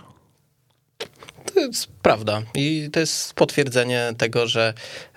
To jest prawda i to jest potwierdzenie tego, że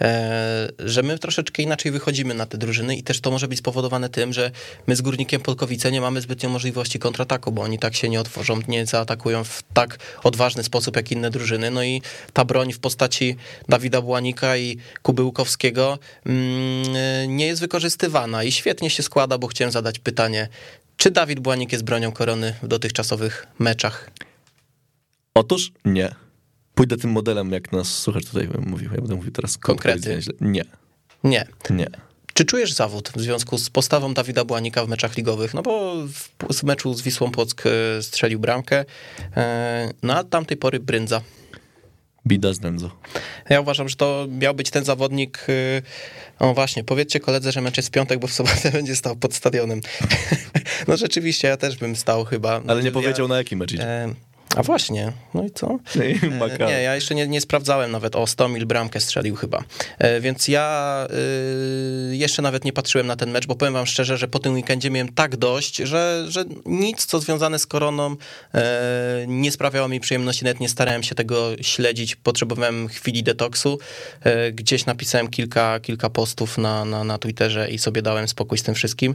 my troszeczkę inaczej wychodzimy na te drużyny i też to może być spowodowane tym, że my z Górnikiem Polkowice nie mamy zbytnio możliwości kontrataku, bo oni tak się nie otworzą, nie zaatakują w tak odważny sposób jak inne drużyny. No i ta broń w postaci Dawida Błanika i Kuby Łukowskiego nie jest wykorzystywana i świetnie się składa, bo chciałem zadać pytanie, czy Dawid Błanik jest bronią Korony w dotychczasowych meczach? Otóż nie. Pójdę tym modelem, jak nas słuchacz tutaj mówił. Ja będę mówił teraz konkretnie. Nie. Nie. Nie. Czy czujesz zawód w związku z postawą Dawida Błanika w meczach ligowych? No bo w meczu z Wisłą Płock strzelił bramkę, no a od tamtej pory brędza. Bida z nędzą. Ja uważam, że to miał być ten zawodnik. O właśnie, powiedzcie koledze, że mecz jest w piątek, bo w sobotę będzie stał pod stadionem. No rzeczywiście, ja też bym stał chyba. Ale nie powiedział, na jaki mecz idzie. A właśnie, no i co? Nie, ja jeszcze nie sprawdzałem nawet, Stomil bramkę strzelił chyba, więc ja jeszcze nawet nie patrzyłem na ten mecz, bo powiem wam szczerze, że po tym weekendzie miałem tak dość, że nic, co związane z Koroną nie sprawiało mi przyjemności, nawet nie starałem się tego śledzić, potrzebowałem chwili detoksu, gdzieś napisałem kilka postów na Twitterze i sobie dałem spokój z tym wszystkim.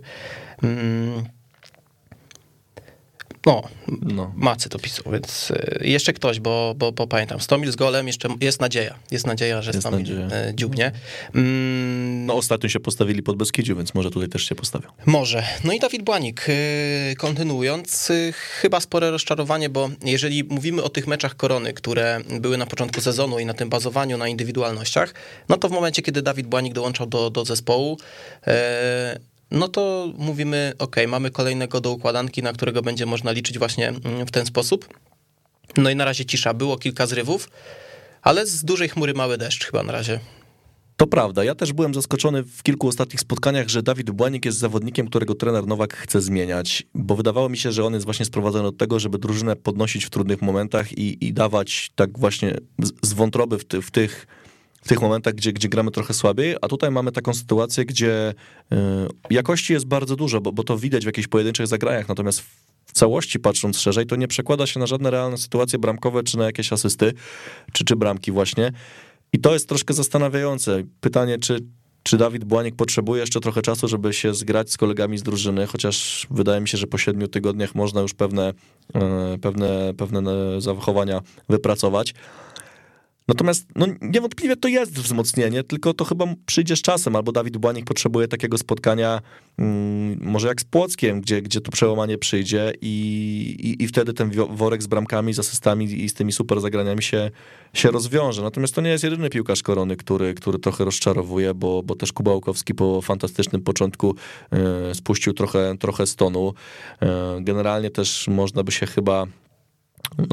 No, Macy to pisał, więc jeszcze ktoś, bo pamiętam, Stomil z golem, jeszcze jest nadzieja, że Stomil dziubnie. No ostatnio się postawili pod Beskidziu, więc może tutaj też się postawią. Może. No i Dawid Błanik, kontynuując, chyba spore rozczarowanie, bo jeżeli mówimy o tych meczach Korony, które były na początku sezonu i na tym bazowaniu na indywidualnościach, no to w momencie, kiedy Dawid Błanik dołączał do zespołu, no to mówimy, mamy kolejnego do układanki, na którego będzie można liczyć właśnie w ten sposób. No i na razie cisza, było kilka zrywów, ale z dużej chmury mały deszcz chyba na razie. To prawda, ja też byłem zaskoczony w kilku ostatnich spotkaniach, że Dawid Błanik jest zawodnikiem, którego trener Nowak chce zmieniać, bo wydawało mi się, że on jest właśnie sprowadzony od tego, żeby drużynę podnosić w trudnych momentach i dawać tak właśnie z wątroby w tych momentach, gdzie gramy trochę słabiej, a tutaj mamy taką sytuację, gdzie jakości jest bardzo dużo, bo to widać w jakichś pojedynczych zagraniach, natomiast w całości patrząc szerzej, to nie przekłada się na żadne realne sytuacje bramkowe, czy na jakieś asysty, czy bramki właśnie. I to jest troszkę zastanawiające. Pytanie, czy Dawid Błanik potrzebuje jeszcze trochę czasu, żeby się zgrać z kolegami z drużyny, chociaż wydaje mi się, że po 7 tygodniach można już pewne zachowania wypracować. Natomiast niewątpliwie to jest wzmocnienie, tylko to chyba przyjdzie z czasem, albo Dawid Błanik potrzebuje takiego spotkania może jak z Płockiem, gdzie to przełamanie przyjdzie i wtedy ten worek z bramkami, z asystami i z tymi super zagraniami się rozwiąże. Natomiast to nie jest jedyny piłkarz Korony, który trochę rozczarowuje, bo też Kuba Łukowski po fantastycznym początku spuścił trochę z tonu. Generalnie też można by się chyba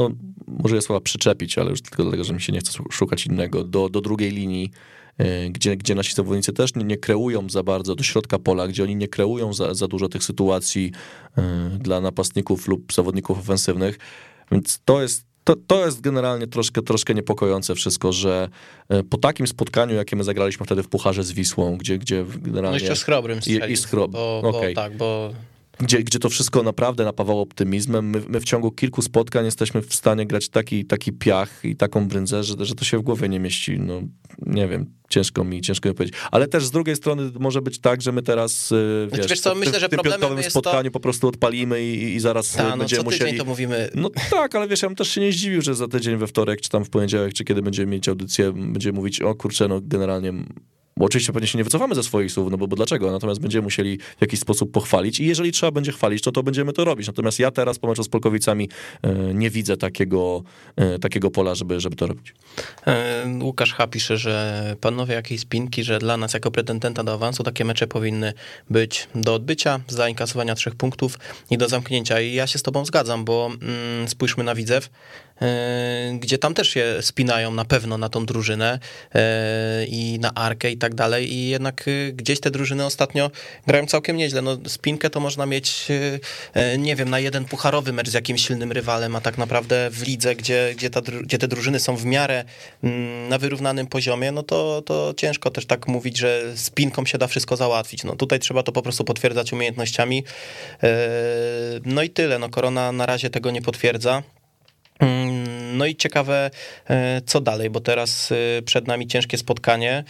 może słowa przyczepić, ale już tylko dlatego, że mi się nie chce szukać innego, do drugiej linii, gdzie nasi zawodnicy też nie kreują za bardzo, do środka pola, gdzie oni nie kreują za dużo tych sytuacji dla napastników lub zawodników ofensywnych, więc to jest generalnie troszkę niepokojące wszystko, że po takim spotkaniu, jakie my zagraliśmy wtedy w Pucharze z Wisłą, gdzie generalnie... No jeszcze z Chrobrym strzelił, bo Gdzie to wszystko naprawdę napawało optymizmem. My w ciągu kilku spotkań jesteśmy w stanie grać taki piach i taką brędzę, że to się w głowie nie mieści. No, nie wiem, ciężko mi powiedzieć. Ale też z drugiej strony może być tak, że my teraz myślę, że w tym piątkowym jest spotkaniu po prostu odpalimy i zaraz będziemy musieli... to mówimy. No tak, ale wiesz, ja bym też się nie zdziwił, że za tydzień we wtorek, czy tam w poniedziałek, czy kiedy będziemy mieć audycję, będziemy mówić, o kurczę, no generalnie... Bo oczywiście pewnie się nie wycofamy ze swoich słów, no bo dlaczego? Natomiast będziemy musieli w jakiś sposób pochwalić i jeżeli trzeba będzie chwalić, to będziemy to robić. Natomiast ja teraz po meczu z Polkowicami nie widzę takiego pola, żeby to robić. Łukasz H. pisze, że panowie jakieś spinki, że dla nas jako pretendenta do awansu takie mecze powinny być do odbycia, zainkasowania 3 punktów i do zamknięcia. I ja się z tobą zgadzam, bo spójrzmy na Widzew, gdzie tam też się spinają na pewno na tą drużynę i na Arkę i tak dalej i jednak gdzieś te drużyny ostatnio grają całkiem nieźle. No spinkę to można mieć, nie wiem, na jeden pucharowy mecz z jakimś silnym rywalem, a tak naprawdę w lidze, gdzie te drużyny są w miarę na wyrównanym poziomie, no to ciężko też tak mówić, że spinką się da wszystko załatwić. No tutaj trzeba to po prostu potwierdzać umiejętnościami. No i tyle. No Korona na razie tego nie potwierdza. No i ciekawe, co dalej, bo teraz przed nami ciężkie spotkanie,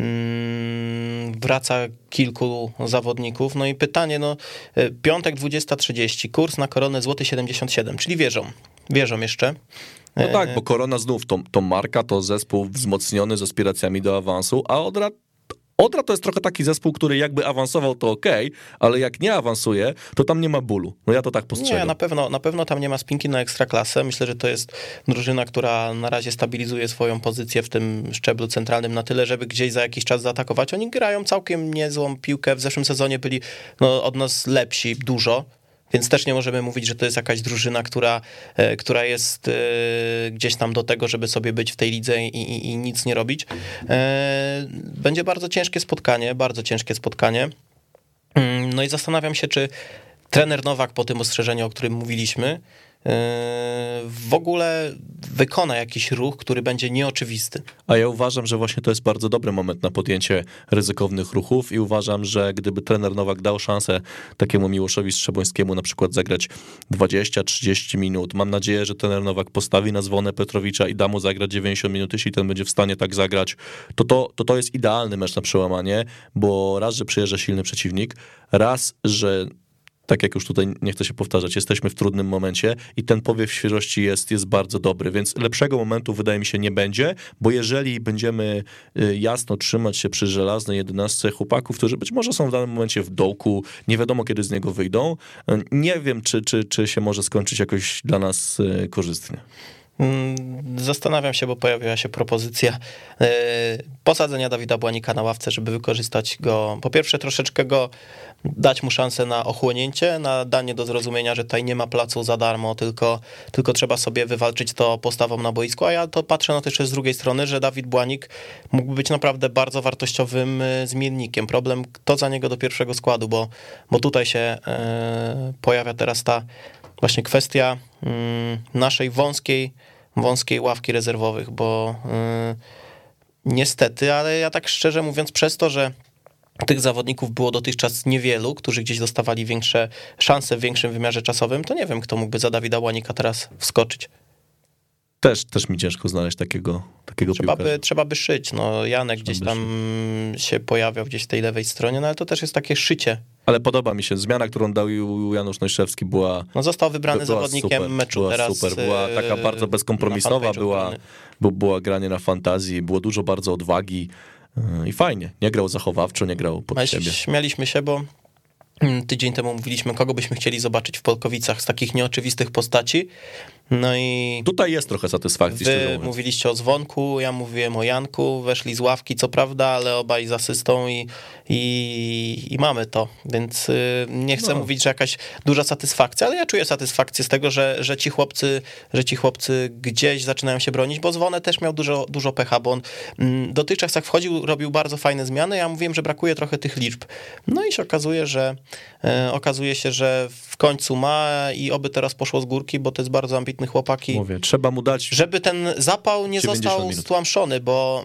wraca kilku zawodników, no i pytanie, piątek 20:30, kurs na Koronę złoty 77, czyli wierzą jeszcze. No tak, bo Korona znów to marka, to zespół wzmocniony z aspiracjami do awansu, a Odra to jest trochę taki zespół, który jakby awansował, to okej, ale jak nie awansuje, to tam nie ma bólu. No ja to tak postrzegam. Nie, na pewno tam nie ma spinki na ekstraklasę. Myślę, że to jest drużyna, która na razie stabilizuje swoją pozycję w tym szczeblu centralnym na tyle, żeby gdzieś za jakiś czas zaatakować. Oni grają całkiem niezłą piłkę. W zeszłym sezonie byli od nas lepsi dużo. Więc też nie możemy mówić, że to jest jakaś drużyna, która jest gdzieś tam do tego, żeby sobie być w tej lidze i nic nie robić. Będzie bardzo ciężkie spotkanie. No i zastanawiam się, czy trener Nowak po tym ostrzeżeniu, o którym mówiliśmy, w ogóle wykona jakiś ruch, który będzie nieoczywisty. A ja uważam, że właśnie to jest bardzo dobry moment na podjęcie ryzykownych ruchów i uważam, że gdyby trener Nowak dał szansę takiemu Miłoszowi Strzebońskiemu na przykład zagrać 20-30 minut, mam nadzieję, że trener Nowak postawi na Zwonę Petrowicza i da mu zagrać 90 minut, jeśli ten będzie w stanie tak zagrać, to jest idealny mecz na przełamanie, bo raz, że przyjeżdża silny przeciwnik, raz, że tak jak już tutaj nie chcę się powtarzać, jesteśmy w trudnym momencie i ten powiew świeżości jest bardzo dobry, więc lepszego momentu wydaje mi się nie będzie, bo jeżeli będziemy jasno trzymać się przy żelaznej 11 chłopaków, którzy być może są w danym momencie w dołku, nie wiadomo kiedy z niego wyjdą, nie wiem czy się może skończyć jakoś dla nas korzystnie. Zastanawiam się, bo pojawiła się propozycja posadzenia Dawida Błanika na ławce, żeby wykorzystać go, po pierwsze troszeczkę go, dać mu szansę na ochłonięcie, na danie do zrozumienia, że tutaj nie ma placu za darmo, tylko trzeba sobie wywalczyć to postawą na boisku, a ja to patrzę na to jeszcze z drugiej strony, że Dawid Błanik mógłby być naprawdę bardzo wartościowym zmiennikiem. Problem, kto za niego do pierwszego składu, bo tutaj się pojawia teraz ta właśnie kwestia naszej wąskiej ławki rezerwowych, bo niestety, ale ja tak szczerze mówiąc, przez to, że tych zawodników było dotychczas niewielu, którzy gdzieś dostawali większe szanse w większym wymiarze czasowym, to nie wiem, kto mógłby za Dawida Błanika teraz wskoczyć. Też mi ciężko znaleźć takiego piłkarza. Trzeba by szyć. No, Janek gdzieś tam się pojawiał gdzieś w tej lewej stronie, no ale to też jest takie szycie. Ale podoba mi się. Zmiana, którą dał Janusz Nojszewski była... No został wybrany zawodnikiem super, meczu była teraz. Super, była taka bardzo bezkompromisowa, była granie na fantazji, było dużo bardzo odwagi i fajnie. Nie grał zachowawczo, nie grał pod siebie. Śmialiśmy się, bo tydzień temu mówiliśmy, kogo byśmy chcieli zobaczyć w Polkowicach z takich nieoczywistych postaci. No i Tutaj jest trochę satysfakcji. wy mówiliście o Dzwonku, ja mówiłem o Janku, weszli z ławki, co prawda, ale obaj z asystą i mamy to, więc nie chcę mówić, że jakaś duża satysfakcja, ale ja czuję satysfakcję z tego, że ci chłopcy gdzieś zaczynają się bronić, bo Dzwonek też miał dużo pecha, bo on dotychczas jak wchodził, robił bardzo fajne zmiany, ja mówiłem, że brakuje trochę tych liczb. No i się okazuje się, że w końcu ma i oby teraz poszło z górki, bo to jest bardzo ambitny chłopak i mówię, trzeba mu dać, żeby ten zapał nie został stłamszony, bo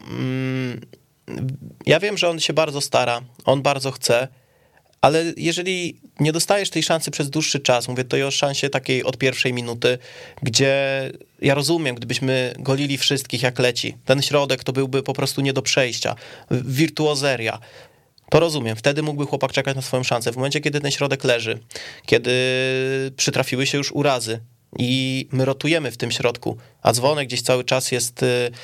ja wiem, że on się bardzo stara, on bardzo chce, ale jeżeli nie dostajesz tej szansy przez dłuższy czas, mówię tutaj o szansie takiej od pierwszej minuty, gdzie ja rozumiem, gdybyśmy golili wszystkich jak leci, ten środek to byłby po prostu nie do przejścia, wirtuozeria, to rozumiem, wtedy mógłby chłopak czekać na swoją szansę. W momencie, kiedy ten środek leży, kiedy przytrafiły się już urazy i my rotujemy w tym środku, a Dzwonek gdzieś cały czas jest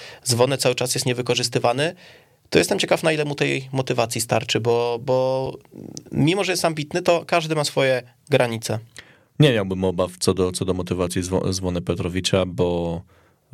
niewykorzystywany, to jestem ciekaw, na ile mu tej motywacji starczy, bo mimo, że jest ambitny, to każdy ma swoje granice. Nie miałbym obaw co do motywacji Zvona Petrowicza, bo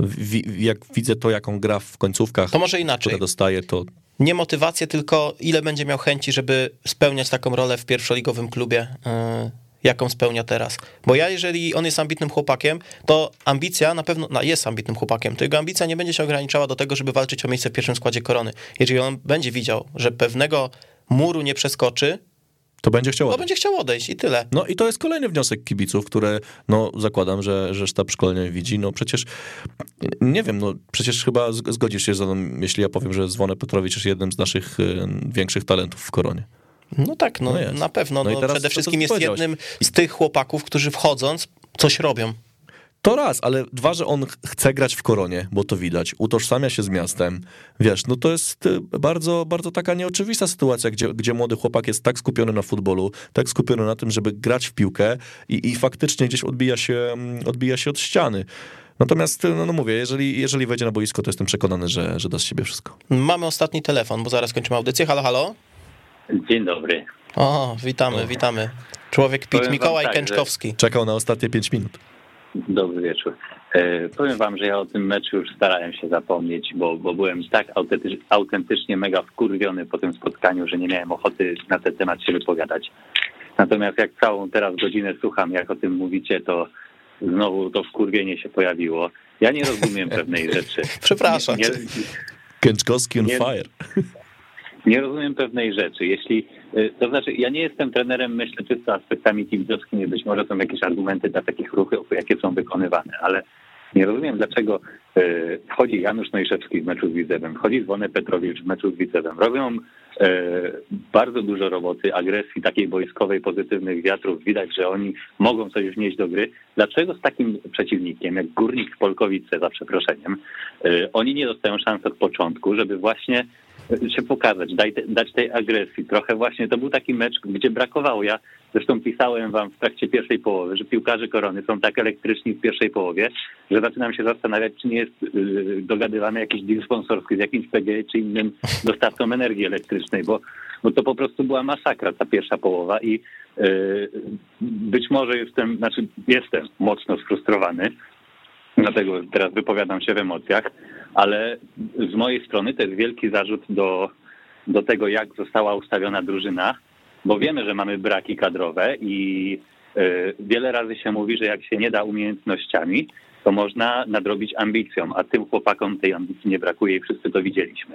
jak widzę to, jaką gra w końcówkach, to może inaczej. które dostaje, to nie motywację, tylko ile będzie miał chęci, żeby spełniać taką rolę w pierwszoligowym klubie, jaką spełnia teraz. Bo jeżeli on jest ambitnym chłopakiem, to ambicja na pewno, jest ambitnym chłopakiem, to jego ambicja nie będzie się ograniczała do tego, żeby walczyć o miejsce w pierwszym składzie Korony. Jeżeli on będzie widział, że pewnego muru nie przeskoczy, to będzie chciał odejść i tyle. No i to jest kolejny wniosek kibiców, które zakładam, że sztab szkolenia widzi. No przecież, nie wiem, przecież chyba zgodzisz się ze mną, jeśli ja powiem, że Zwonek Petrowicz jest jednym z naszych większych talentów w Koronie. No tak, na pewno. No i teraz przede wszystkim jest jednym z tych chłopaków, którzy wchodząc coś robią. To raz, ale dwa, że on chce grać w Koronie, bo to widać, utożsamia się z miastem, wiesz, to jest bardzo, bardzo taka nieoczywista sytuacja, gdzie młody chłopak jest tak skupiony na futbolu, tak skupiony na tym, żeby grać w piłkę i faktycznie gdzieś odbija się od ściany. Natomiast, mówię, jeżeli wejdzie na boisko, to jestem przekonany, że da z siebie wszystko. Mamy ostatni telefon, bo zaraz kończymy audycję. Halo, halo? Dzień dobry. O, witamy. Człowiek PiT, Mikołaj Kęczkowski. Czekał na ostatnie 5 minut. Dobry wieczór. Powiem wam, że ja o tym meczu już starałem się zapomnieć, bo byłem tak autentycznie mega wkurwiony po tym spotkaniu, że nie miałem ochoty na ten temat się wypowiadać. Natomiast jak całą teraz godzinę słucham, jak o tym mówicie, to znowu to wkurwienie się pojawiło. Ja nie rozumiem pewnej rzeczy. Przepraszam. Kęczkowski on fire. Nie rozumiem pewnej rzeczy. To znaczy, ja nie jestem trenerem, myślę czysto aspektami kibicowskimi, być może są jakieś argumenty dla takich ruchów, jakie są wykonywane, ale nie rozumiem, dlaczego wchodzi Janusz Nojszewski w meczu z Widzewem, wchodzi Zwonek Petrowicz w meczu z Widzewem, robią bardzo dużo roboty, agresji takiej wojskowej, pozytywnych wiatrów, widać, że oni mogą coś wnieść do gry. Dlaczego z takim przeciwnikiem, jak Górnik w Polkowice, za przeproszeniem, oni nie dostają szans od początku, żeby właśnie się pokazać, dać tej agresji. Trochę właśnie to był taki mecz, gdzie brakowało. Ja zresztą pisałem wam w trakcie pierwszej połowy, że piłkarze Korony są tak elektryczni w pierwszej połowie, że zaczynam się zastanawiać, czy nie jest dogadywany jakiś deal sponsorski z jakimś PGE czy innym dostawcą energii elektrycznej, bo to po prostu była masakra ta pierwsza połowa i być może jestem mocno sfrustrowany, dlatego teraz wypowiadam się w emocjach, ale z mojej strony to jest wielki zarzut do tego, jak została ustawiona drużyna, bo wiemy, że mamy braki kadrowe i wiele razy się mówi, że jak się nie da umiejętnościami, to można nadrobić ambicją, a tym chłopakom tej ambicji nie brakuje i wszyscy to widzieliśmy.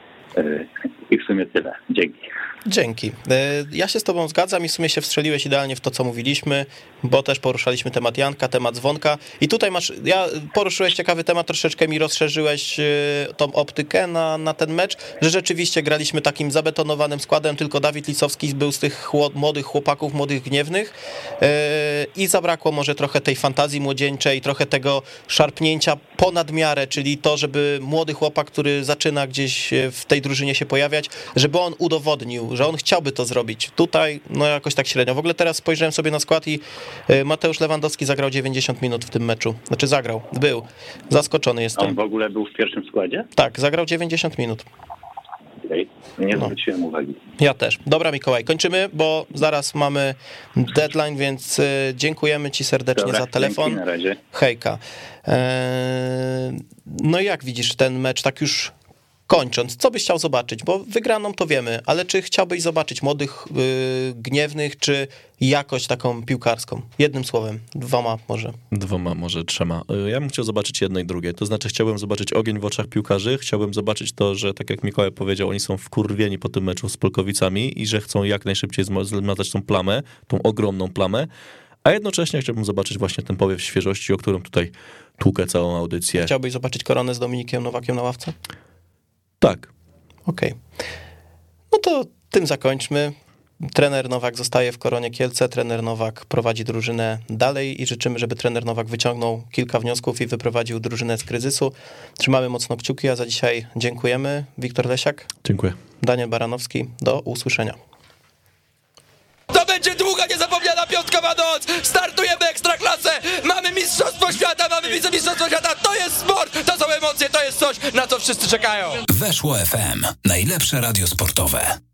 I w sumie tyle. Dzięki. Ja się z tobą zgadzam i w sumie się wstrzeliłeś idealnie w to, co mówiliśmy, bo też poruszaliśmy temat Janka, temat Dzwonka i tutaj poruszyłeś ciekawy temat, troszeczkę mi rozszerzyłeś tą optykę na ten mecz, że rzeczywiście graliśmy takim zabetonowanym składem, tylko Dawid Lisowski był z tych młodych chłopaków, młodych gniewnych i zabrakło może trochę tej fantazji młodzieńczej, trochę tego szarpnięcia ponad miarę, czyli to, żeby młody chłopak, który zaczyna gdzieś w tej drużynie się pojawiać, żeby on udowodnił, że on chciałby to zrobić. Tutaj jakoś tak średnio. W ogóle teraz spojrzałem sobie na skład i Mateusz Lewandowski zagrał 90 minut w tym meczu. Był. Zaskoczony jestem. A on w ogóle był w pierwszym składzie? Tak, zagrał 90 minut. Okay. Nie zwróciłem uwagi. Ja też. Dobra, Mikołaj, kończymy, bo zaraz mamy deadline, więc dziękujemy ci serdecznie za telefon. Dzięki, na razie. Hejka. No i jak widzisz ten mecz, tak już kończąc, co byś chciał zobaczyć? Bo wygraną to wiemy, ale czy chciałbyś zobaczyć młodych, gniewnych, czy jakość taką piłkarską? Jednym słowem, 2 może. 2, może 3. Ja bym chciał zobaczyć jedno i drugie. To znaczy chciałbym zobaczyć ogień w oczach piłkarzy, chciałbym zobaczyć to, że tak jak Mikołaj powiedział, oni są wkurwieni po tym meczu z Polkowicami i że chcą jak najszybciej zmazać tą plamę, tą ogromną plamę, a jednocześnie chciałbym zobaczyć właśnie ten powiew świeżości, o którym tutaj tłukę całą audycję. Chciałbyś zobaczyć Koronę z Dominikiem Nowakiem na ławce? Tak. Okej. No to tym zakończmy. Trener Nowak zostaje w Koronie Kielce, trener Nowak prowadzi drużynę dalej i życzymy, żeby trener Nowak wyciągnął kilka wniosków i wyprowadził drużynę z kryzysu. Trzymamy mocno kciuki, a za dzisiaj dziękujemy. Wiktor Lesiak. Dziękuję. Daniel Baranowski. Do usłyszenia. To będzie długa, niezapomniana piątkowa noc! Startujemy Ekstraklasę! Mamy Mistrzostwo Świata, mamy Wicemistrzostwo Świata! To jest sport! To są emocje, to jest coś, na co wszyscy czekają! Weszło FM. Najlepsze radio sportowe.